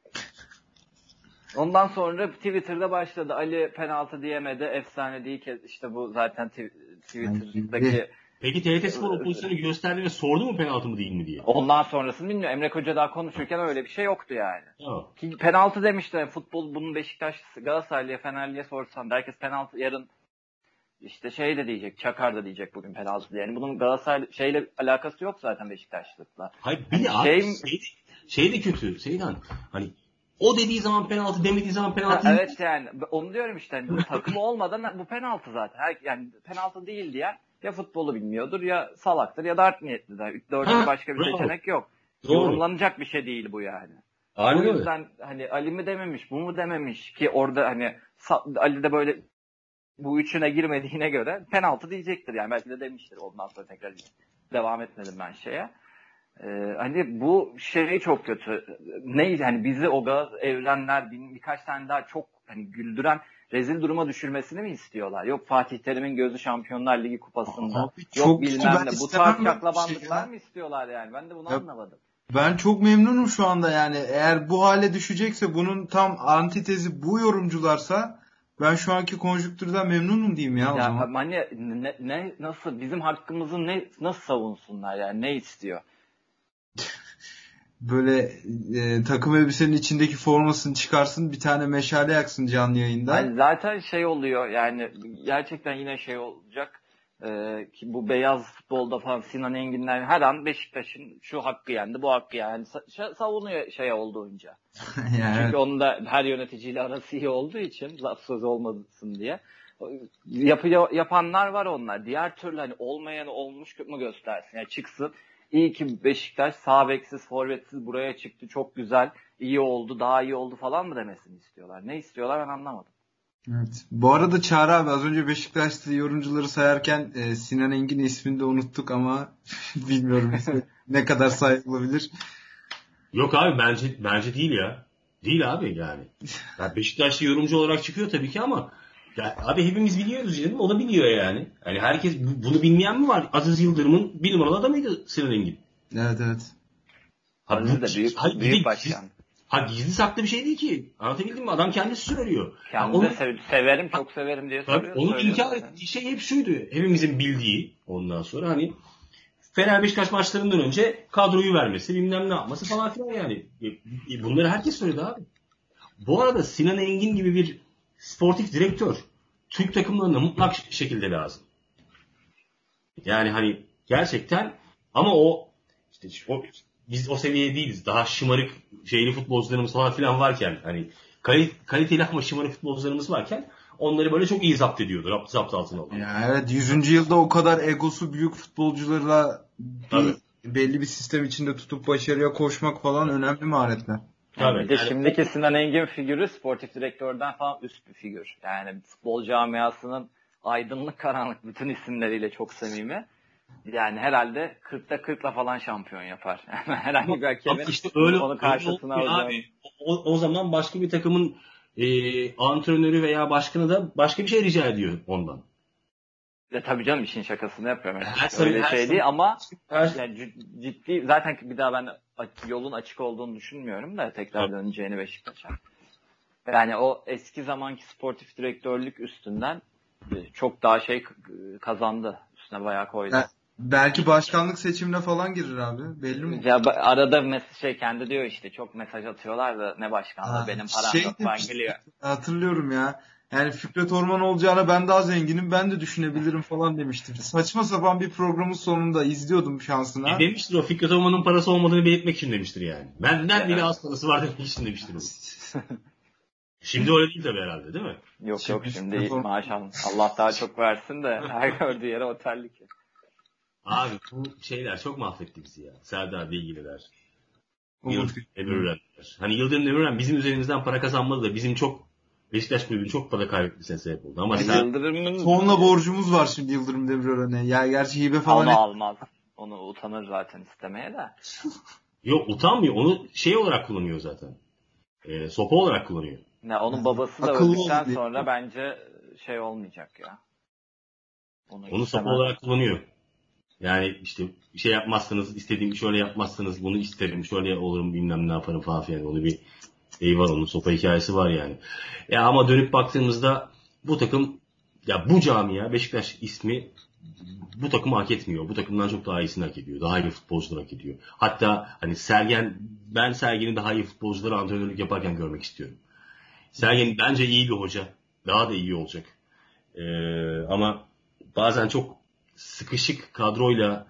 Ondan sonra Twitter'da başladı. Ali penaltı diyemedi. Efsane değil ki işte bu zaten Twitter'daki. Peki TRT Spor o pozisyonu gösterdi ve sordu mu penaltı mı değil mi diye? Ondan sonrasını bilmiyorum. Emre Kocadağ konuşurken öyle bir şey yoktu yani. Tamam. Ki penaltı demişti. Futbol bunun Beşiktaş, Galatasaraylı'ya, Fenerli'ye sorsan herkes penaltı yarın işte şey de diyecek. Çakar da diyecek bugün penaltı diye. Yani bunun Galatasaray şeyle alakası yok zaten Beşiktaşlıkla. Hayır bir de abi şey de kötü Seydan. Hani o dediği zaman penaltı demediği zaman penaltı. Evet yani onu diyorum işte. Yani, takımı olmadan bu penaltı zaten. Yani penaltı değil diyen ya futbolu bilmiyordur ya salaktır ya da art niyetlidir. Dördüncü başka bir seçenek yok. Doğru. Yorumlanacak bir şey değil bu yani. Aynen o yüzden hani Ali mi dememiş, bu mu dememiş ki orada hani Ali de böyle bu üçüne girmediğine göre penaltı diyecektir. Yani belki de demiştir. Ondan sonra tekrar devam etmedim ben şeye. Hani bu şey çok kötü. Neydi hani bizi o gaz evrenler birkaç tane daha çok hani güldüren rezil duruma düşürmesini mi istiyorlar? Yok Fatih Terim'in gözü Şampiyonlar Ligi kupasında. Abi, yok bilmem ne. Bu tarz şey şaklabanlıklar mı istiyorlar yani? Ben de bunu anlamadım. Ben çok memnunum şu anda yani. Eğer bu hale düşecekse bunun tam antitezi bu yorumcularsa ben şu anki konjüktürden memnunum diyeyim ya o zaman. Hani ne nasıl bizim hakkımızı nasıl savunsunlar yani ne istiyor? Böyle takım elbisenin içindeki formasını çıkarsın bir tane meşale yaksın canlı yayında. Yani zaten şey oluyor yani gerçekten yine şey olacak ki bu beyaz futbolda falan Sinan Enginler her an Beşiktaş'ın şu hakkı yendi bu hakkı yani savunuyor şey olduğunca. Yani çünkü onun da her yöneticiyle arası iyi olduğu için laf söz olmasın diye. Yapanlar var onlar. Diğer türlü hani olmayanı olmuş mu göstersin. Yani çıksın. İyi ki Beşiktaş sağ beksiz, forvetsiz buraya çıktı. Çok güzel, iyi oldu, daha iyi oldu falan mı demesini istiyorlar. Ne istiyorlar ben anlamadım. Evet. Bu arada Çağrı abi az önce Beşiktaşlı yorumcuları sayarken Sinan Engin ismini de unuttuk ama bilmiyorum ne kadar sahip olabilir. Yok abi bence değil ya. Değil abi yani. Ya Beşiktaşlı yorumcu olarak çıkıyor tabii ki ama ya abi hepimiz biliyoruz canım. O da biliyor yani. Hani herkes bunu bilmeyen mi var? Aziz Yıldırım'ın bir numaralı adamıydı Sinan Engin. Evet. Aziz de büyük başkan. Gizli saklı bir şey değil ki. Anlatabildim mi? Adam kendisi söylüyor. Kendi de severim, çok severim diye soruyor. Onun inkar ettiği şey hep şuydu. Hepimizin bildiği ondan sonra hani Fener Beşiktaş maçlarından önce kadroyu vermesi, bilmem ne yapması falan filan yani. Bunları herkes söyledi abi. Bu arada Sinan Engin gibi bir sportif direktör Türk takımlarına mutlak şekilde lazım. Yani hani gerçekten ama biz o seviyeye değiliz. Daha şımarık şeyli futbolcularımız falan filan varken hani kaliteli ama şımarık futbolcularımız varken onları böyle çok iyi zapt ediyordu. Zapt altına alıyor. Ya evet 100. yılda o kadar egosu büyük futbolcularla belli bir sistem içinde tutup başarıya koşmak falan önemli maharetler. Bir de şimdiki Sinan Engin figürü sportif direktörden falan üst bir figür. Yani futbol camiasının aydınlık karanlık bütün isimleriyle çok samimi. Yani herhalde 40'ta 40'la falan şampiyon yapar. Herhangi bir hakemin işte öyle, onu karşısına alacağını. O zaman başka bir takımın antrenörü veya başkanı da başka bir şey rica ediyor ondan. Tabii canım işin şakasını yapıyorum. Öyle şey değil ama yani ciddi zaten bir daha ben yolun açık olduğunu düşünmüyorum da tekrar döneceğini Beşiktaş'a. Yani o eski zamanki sportif direktörlük üstünden çok daha şey kazandı. Üstüne bayağı koydu. Belki başkanlık seçimine falan girir abi. Belli mi? Ya arada kendi diyor işte çok mesaj atıyorlar da ne başkanlığı benim param yok falan geliyor. Hatırlıyorum ya. Yani Fikret Orman olacağına ben daha zenginim ben de düşünebilirim falan demişti. Saçma sapan bir programın sonunda izliyordum şansına. Demiştir o Fikret Orman'ın parası olmadığını belirtmek için demiştir yani. Benden bile az parası var demek için demiştir o. Şimdi öyle değil tabii herhalde değil mi? Yok şimdi maşallah. Allah daha çok versin de her gördüğü yere otellik. Abi bu şeyler çok mahvetti bizi ya. Serdar Bilgililer. Yıldırım Demirörenler. Hani Yıldırım Demirören bizim üzerimizden para kazanmadı da bizim çok Beşiktaş kulübünün çok para kaybetmesine sebep oldu. Ama tonla borcumuz var şimdi Yıldırım Demirören'e. Ya gerçi hibe falan. Onu almaz. Onu utanır zaten istemeye de. Yok utanmıyor. Onu şey olarak kullanıyor zaten. Sopa olarak kullanıyor. Ya onun babası da öldükten sonra bence şey olmayacak ya. Onu sopa olarak kullanıyor. Yani işte şey yapmazsanız istediğim şöyle yapmazsanız bunu isterim. Şöyle olurum bilmem ne yaparım falan filan. Onu bir var onun sopa hikayesi var yani. Ya ama dönüp baktığımızda bu takım ya bu camia Beşiktaş ismi bu takımı hak etmiyor. Bu takımdan çok daha iyisini hak ediyor. Daha iyi futbolcular hak ediyor. Hatta hani ben Sergen'i daha iyi futbolcuları antrenörlük yaparken görmek istiyorum. Sergen bence iyi bir hoca. Daha da iyi olacak. Ama bazen çok sıkışık kadroyla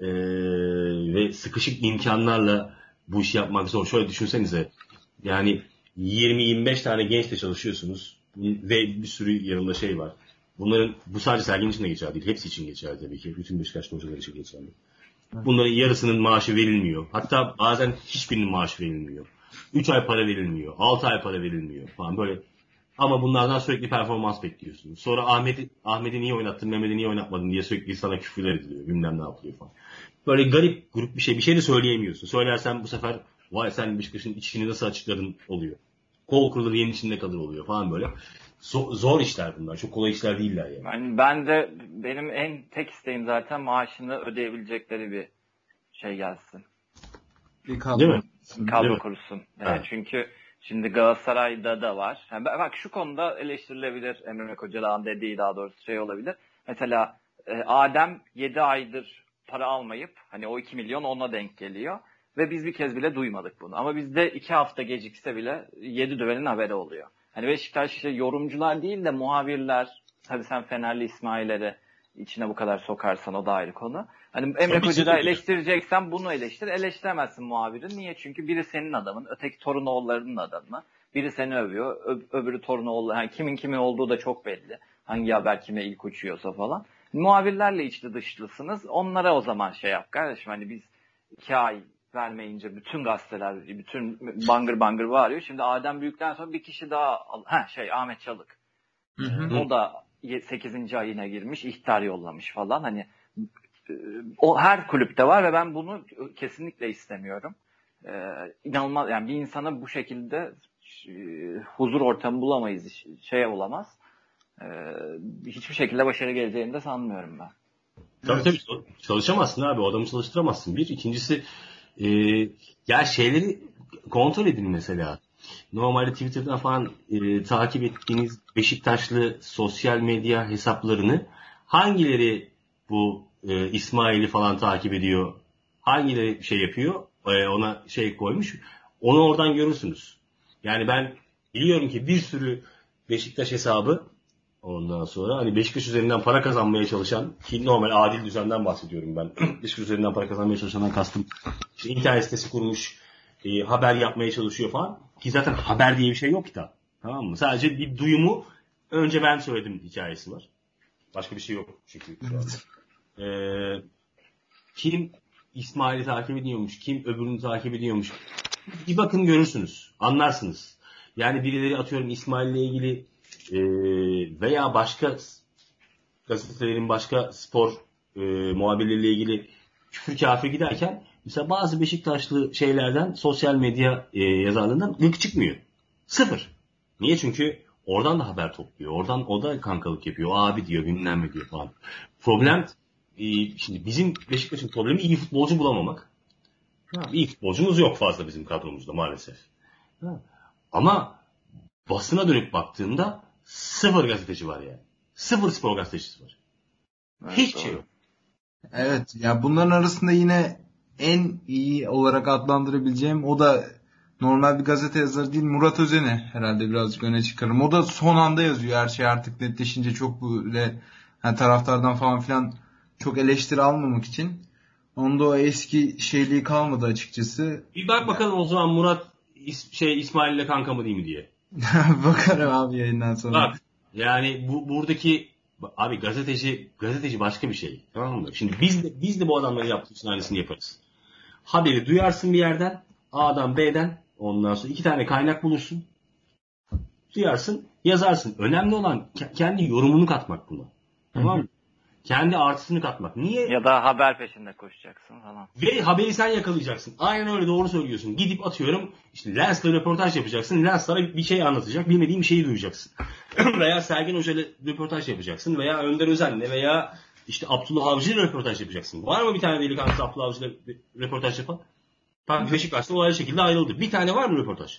ve sıkışık imkanlarla bu işi yapmak zor. Şöyle düşünsenize. Yani 20-25 tane gençle çalışıyorsunuz ve bir sürü yanında şey var. Bu sadece Sergen için de geçerli değil. Hepsi için geçerli tabii ki. Bütün Beşiktaş hocalar için geçerli. Bunların yarısının maaşı verilmiyor. Hatta bazen hiçbirinin maaşı verilmiyor. 3 ay para verilmiyor. 6 ay para verilmiyor falan böyle. Ama bunlardan sürekli performans bekliyorsunuz. Sonra Ahmet'i niye oynattın, Mehmet'i niye oynatmadın diye sürekli sana küfürler ediliyor. Bilmem ne yapılıyor falan. Böyle garip grup bir şey de söyleyemiyorsun. Söylersen bu sefer vay sen Beşiktaş'ın içini nasıl açıkladın oluyor. Kol kurulur yerin içinde kalır oluyor falan böyle. Zor işler bunlar. Çok kolay işler değiller yani. Ben de benim tek isteğim zaten maaşını ödeyebilecekleri bir şey gelsin. Bir kadro. Değil mi? Kadro kursun. Yani evet. Çünkü şimdi Galatasaray'da da var. Yani bak şu konuda eleştirilebilir. Emre Kocadağ'ın dediği daha doğrusu şey olabilir. Mesela Adem 7 aydır para almayıp hani o 2 milyon ona denk geliyor. Ve biz bir kez bile duymadık bunu. Ama bizde 2 hafta gecikse bile 7 düvenin haberi oluyor. Hani Beşiktaş işte yorumcular değil de muhabirler, tabii sen Fenerli İsmail'leri içine bu kadar sokarsan o da ayrı konu. Hani Emre Koca'da eleştireceksen bunu eleştir. Eleştiremezsin muhabirin. Niye? Çünkü biri senin adamın, öteki Torunoğulları'nın adamı. Biri seni övüyor, öbürü Torunoğulları. Yani kimin olduğu da çok belli. Hangi haber kime ilk uçuyorsa falan. Muhabirlerle içli dışlısınız. Onlara o zaman şey yap kardeşim. Hani biz 2 ay vermeyince bütün gazeteler, bütün bangır bangır bağırıyor. Şimdi Adem Büyük'ten sonra bir kişi daha, Ahmet Çalık. O da 8. ayına girmiş, ihtar yollamış falan. Hani o her kulüpte var ve ben bunu kesinlikle istemiyorum. İnanılmaz yani bir insana bu şekilde huzur ortamı bulamayız, olamaz. Hiçbir şekilde başarı geleceğini de sanmıyorum ben. Tabii çalışamazsın abi. O adamı çalıştıramazsın. Bir. İkincisi ya şeyleri kontrol edin mesela. Normalde Twitter'dan falan takip ettiğiniz Beşiktaşlı sosyal medya hesaplarını hangileri bu İsmail'i falan takip ediyor? Hangileri şey yapıyor? Ona şey koymuş. Onu oradan görürsünüz. Yani ben biliyorum ki bir sürü Beşiktaş hesabı ondan sonra hani Beşiktaş üzerinden para kazanmaya çalışan ki normal adil düzenden bahsediyorum ben. Beşiktaş üzerinden para kazanmaya çalışandan kastım. İşte internet sitesi kurmuş, haber yapmaya çalışıyor falan. Ki zaten haber diye bir şey yok ki da. Tamam mı? Sadece bir duyumu önce ben söyledim hikayesi var. Başka bir şey yok çünkü şu anda. Kim İsmail'i takip ediyormuş, kim öbürünü takip ediyormuş. Bir bakın görürsünüz, anlarsınız. Yani birileri atıyorum İsmail'le ilgili veya başka gazetelerin başka spor muhabirleriyle ilgili küfür kafir giderken mesela bazı Beşiktaşlı şeylerden sosyal medya yazarlarından gık çıkmıyor. Sıfır. Niye? Çünkü oradan da haber topluyor. Oradan o da kankalık yapıyor. O abi diyor bilmem ne diyor falan. Problem şimdi bizim Beşiktaş'ın problemi iyi futbolcu bulamamak. İyi futbolcumuz yok fazla bizim kadromuzda maalesef. Ama basına dönüp baktığında sıfır gazeteci var yani. Sıfır spor gazetecisi var. Evet, Hiç doğru. şey yok. Evet ya bunların arasında yine en iyi olarak adlandırabileceğim o da normal bir gazete yazarı değil Murat Özen'i herhalde birazcık öne çıkarım. O da son anda yazıyor her şey artık netleşince çok böyle hani taraftardan falan filan çok eleştiri almamak için. Onda o eski şeyliği kalmadı açıkçası. Bir bak bakalım o zaman Murat İsmail'le kanka mı değil mi diye. Bakarım abi yayından sonra. Bak yani buradaki abi gazeteci başka bir şey. Tamam mı? Şimdi biz de bu adamların yaptığı için aynısını yaparız. Haberi duyarsın bir yerden A'dan B'den ondan sonra iki tane kaynak bulursun. Duyarsın, yazarsın. Önemli olan kendi yorumunu katmak buna. Tamam mı? Kendi artısını katmak. Niye? Ya da haber peşinde koşacaksın falan. Ve haberi sen yakalayacaksın. Aynen öyle doğru söylüyorsun. Gidip atıyorum işte Lens'le röportaj yapacaksın. Lens sana bir şey anlatacak. Bilmediğin bir şeyi duyacaksın. Veya Sergen Hoca'yla röportaj yapacaksın. Veya Önder Özen'le veya işte Abdullah Avcı'yla röportaj yapacaksın. Var mı bir tane delikanlı Abdullah Avcı'yla röportaj yapan? Bak Beşiktaş'ta olay şekilde ayrıldı. Bir tane var mı röportaj?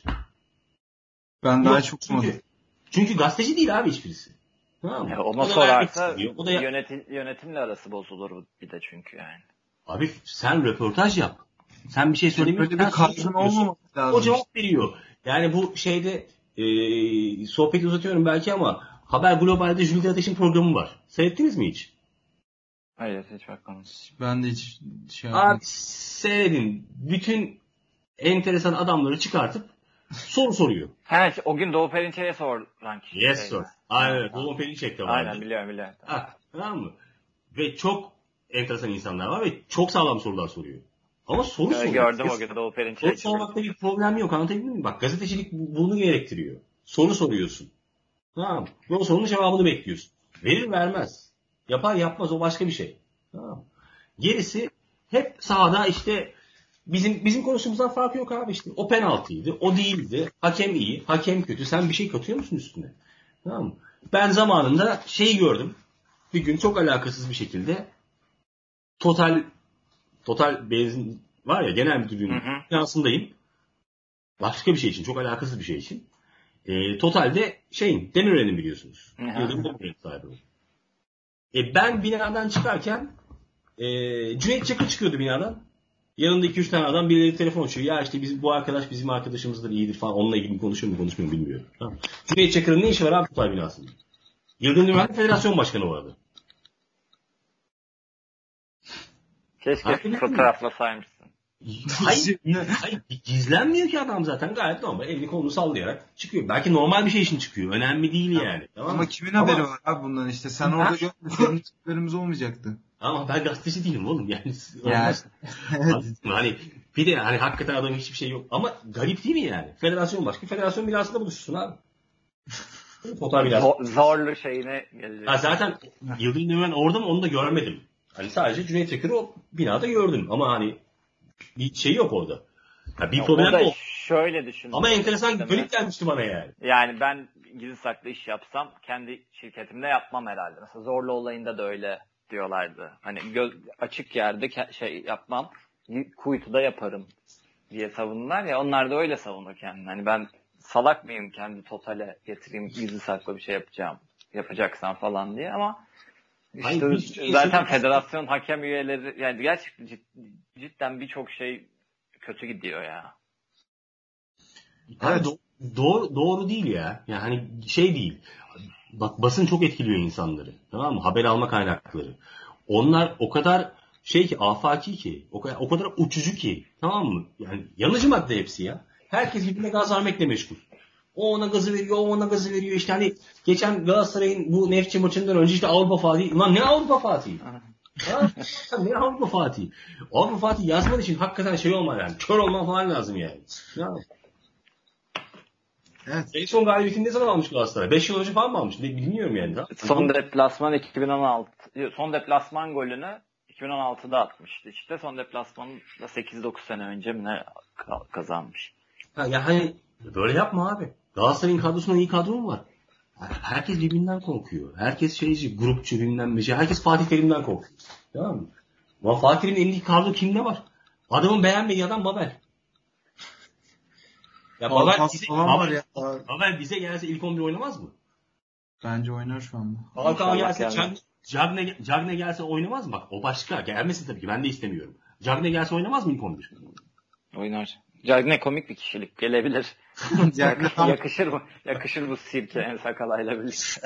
Ben daha Yok, çok olmadım. çünkü gazeteci değil abi hiçbirisi. Tamam mı? Ona O da sorarsa vermek istiyor. O da yönetimle arası bozulur bir de çünkü yani. Abi sen röportaj yap. Sen bir şey söylemiyorsun. Böyle bir kaygın olmaması lazım. O cevap veriyor. Yani bu şeyde sohbeti uzatıyorum belki ama Haber Global'de Jülide Ateş'in programı var. Seyrettiniz mi hiç? Hayır hiç bakmadım. Ben de hiç şey Abi yapmadım. seyredin. Bütün enteresan adamları çıkartıp soru soruyor. He, o gün Doğu Perinçek'e soran kişi. Yes sir. Aynen öyle. Tamam. Doğu Perinçek de vardı. Aynen biliyorum. Ha, tamam mı? Ve çok enteresan insanlar var ve çok sağlam sorular soruyor. Ama soru soruyor. Gördüm o gün Doğu Soru Perinçek'i. sormakta bir problem yok. Anlatabildim mi? Bak gazetecilik bunu gerektiriyor. Soru soruyorsun. Tamam. Ve o sorunun cevabını bekliyorsun. Verir vermez. Yapar yapmaz o başka bir şey. Tamam. Gerisi hep sahada işte bizim konuşmamızdan farkı yok abi işte. O penaltıydı. O değildi. Hakem iyi. Hakem kötü. Sen bir şey katıyor musun üstüne? Tamam mı? Ben zamanında şeyi gördüm. Bir gün çok alakasız bir şekilde Total benzin var ya genel müdürlüğünün binasındayım. Başka bir şey için. Çok alakasız bir şey için. Total'de Demirören'in biliyorsunuz. Yıldırım Demirören sahibi. Ben binadan çıkarken Cüneyt Çakır çıkıyordu binadan. Yanında 2-3 tane adam birileri telefon açıyor. Ya işte bu arkadaş bizim arkadaşımızdır iyidir falan. Onunla ilgili konuşuyor mu konuşmuyor mu bilmiyorum. Tamam. Cüneyt Çakır'ın ne işi var abi Total binasında? Yıldırım Demirören federasyon başkanı vardı. Keşke fotoğraflasaymışsın. Hayır, gizlenmiyor ki adam zaten gayet normal. Elini kolunu sallayarak çıkıyor. Belki normal bir şey için çıkıyor. Önemli değil yani. Tamam Ama mı? kimin haberi var abi bundan işte? Sen orada görmeseydin hiç haberimiz olmayacaktı. Ama ben gazeteci değilim oğlum. Yani Yani, evet. hani bir de hani hakikaten adam hiçbir şey yok. Ama garip değil mi yani? Federasyon başka. Federasyon binasında buluşursun abi. Fotoğraf binası. Zorlu şeyine gelecek. Ha, zaten Yıldırım Demirören orada mı onu da görmedim. Hani sadece Cüneyt Çakır'ı o binada gördüm. Ama hani bir şey yok orada. Ha, bir problem yok. Şöyle düşün. Ama enteresan garip gelmişti bana yani. Yani ben gizli saklı iş yapsam kendi şirketimde yapmam herhalde. Mesela Zorlu olayında da öyle diyorlardı. Hani açık yerde yapmam. Kuytuda yaparım diye savunurlar ya, onlar da öyle savunur kendini. Hani ben salak mıyım kendi totale getireyim gizli saklı bir şey yapacaksan falan diye, ama Hayır, işte zaten federasyon hakem üyeleri yani gerçekten cidden birçok şey kötü gidiyor ya. Evet. Doğru değil ya. Yani hani şey değil. Bak, basın çok etkiliyor insanları. Tamam mı? Haber alma kaynakları. Onlar o kadar şey ki, afaki ki, o kadar uçucu ki. Tamam mı? Yani yanıcı madde hepsi ya. Herkes birbirine gaz vermekle meşgul. O ona gazı veriyor, o ona gazı veriyor. İşte hani geçen Galatasaray'ın bu Nefçi maçından önce işte Avrupa Fatih. Ulan ne Avrupa Fatih? Ha? Ne Avrupa Fatih? Avrupa Fatih yazman için hakikaten şey olman yani. Kör olman falan lazım yani. Ya. Evet. En son galibiyetini ne zaman almış Galatasaray? 5 yıl önce falan mı almış? Bilmiyorum yani. Son deplasman 2016. Son deplasman golünü 2016'da atmıştı. İşte son deplasmanı da 8-9 sene önce mi ne kazanmış. Ya hani böyle yapma abi. Galatasaray'ın kadrosunda iyi kadro mu var? Herkes birbirinden korkuyor. Herkes şeyci, grupçu bilmem ne. Herkes Fatih Terim'den korkuyor. Tamam mı? Ama Fatih Terim'in elindeki kadro kimde var? Adamın beğenmediği adam Babel. Ya Babel bize gelse ilk 11 oynamaz mı? Bence oynar şu anda. Falcao gelse, Cagne gelse oynamaz mı? Bak o başka. Gelmesin tabii ki. Ben de istemiyorum. Cagne gelse oynamaz mı ilk 11? Oynar. Cagne komik bir kişilik. Gelebilir. Yakışır bu sirke en sakalayla birlikte.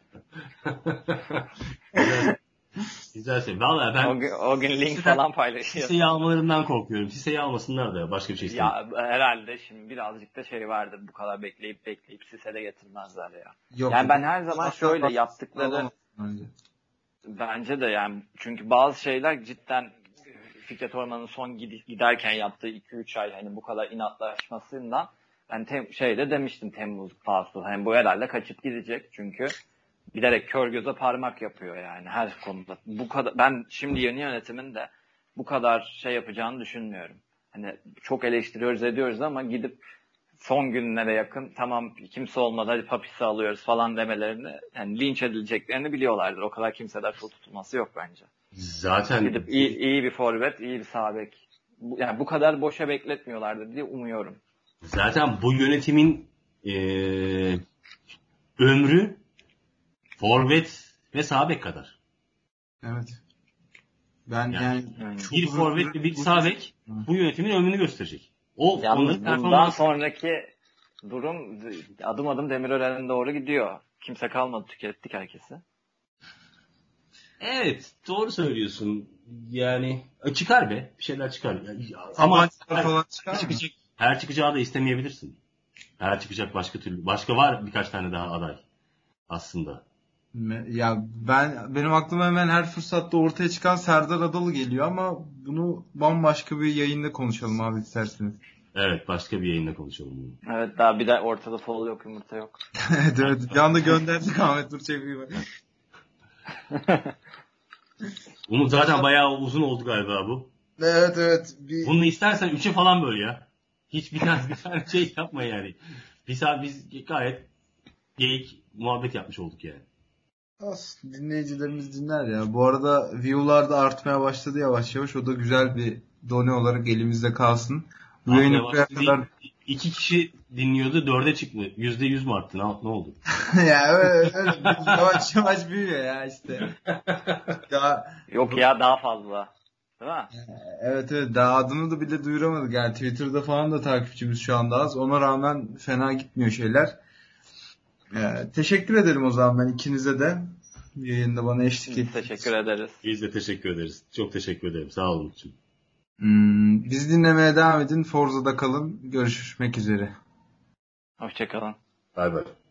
Güzel şey. Valla ben o gün link falan paylaşıyor. Sise'yi almalarından korkuyorum. Sise'yi almasınlar da başka bir şey istemiyorum. Ya herhalde şimdi birazcık da şey vardır. Bu kadar bekleyip Sise'de getirmezler ya. Yok, yani ben her zaman şöyle yaptıkları bence de yani, çünkü bazı şeyler cidden Fikret Orman'ın son giderken yaptığı 2-3 ay hani bu kadar inatlaşmasından ben şeyde demiştim Temmuz faslı. Hani bu herhalde kaçıp gidecek, çünkü bilerek kör göze parmak yapıyor yani her konuda. Bu kadar, ben şimdi yeni yönetimin de bu kadar şey yapacağını düşünmüyorum. Hani çok eleştiriyoruz ediyoruz ama gidip son günlere yakın tamam kimse olmadı hadi Papis'i alıyoruz falan demelerini, yani linç edileceklerini biliyorlardır. O kadar kimseden tutulması yok bence. Zaten gidip iyi bir forvet, iyi bir sağ bek. Yani bu kadar boşa bekletmiyorlardır diye umuyorum. Zaten bu yönetimin ömrü forvet ve sağ bek kadar. Evet. Ben yani bir forvet ve bir sağ bek bu yönetimin ömrünü gösterecek. Yalnız bundan sonraki durum adım adım Demirören'e doğru gidiyor. Kimse kalmadı, tükettik herkesi. Evet, doğru söylüyorsun. Yani çıkar be, bir şeyler çıkar. Ama her çıkacağı da istemeyebilirsin. Her çıkacak başka var birkaç tane daha aday aslında. Ya benim aklıma hemen her fırsatta ortaya çıkan Serdar Adalı geliyor ama bunu bambaşka bir yayında konuşalım abi isterseniz. Evet, başka bir yayında konuşalım. Evet, daha bir de ortada fol yok, yumurta yok. evet. Bir anda gönderdik Ahmet Burçevi'yi. Umut zaten bayağı uzun oldu galiba bu. Evet. Bunu istersen 3'e falan böyle ya. Hiç bir tane şey yapma yani. Biz gayet geyik muhabbet yapmış olduk yani. Dinleyicilerimiz dinler ya. Bu arada view'lar da artmaya başladı yavaş yavaş. O da güzel bir done olarak elimizde kalsın. Bu yayını buraya kadar 2 kişi dinliyordu, 4'e çıktı. %100 mu arttı? Ne oldu? ya öyle yavaş yavaş büyüyor ya işte. Yok ya, daha fazla. Değil mi? Evet daha adını da bile duyuramadık. Yani Twitter'da falan da takipçimiz şu anda az. Ona rağmen fena gitmiyor şeyler. Teşekkür ederim o zaman ben ikinize de. Yayında bana eşlik ettiniz. Teşekkür ederiz. Biz de teşekkür ederiz. Çok teşekkür ederim. Sağ olun. Bizi dinlemeye devam edin. Forza'da kalın. Görüşmek üzere. Hoşçakalın. Bay bay.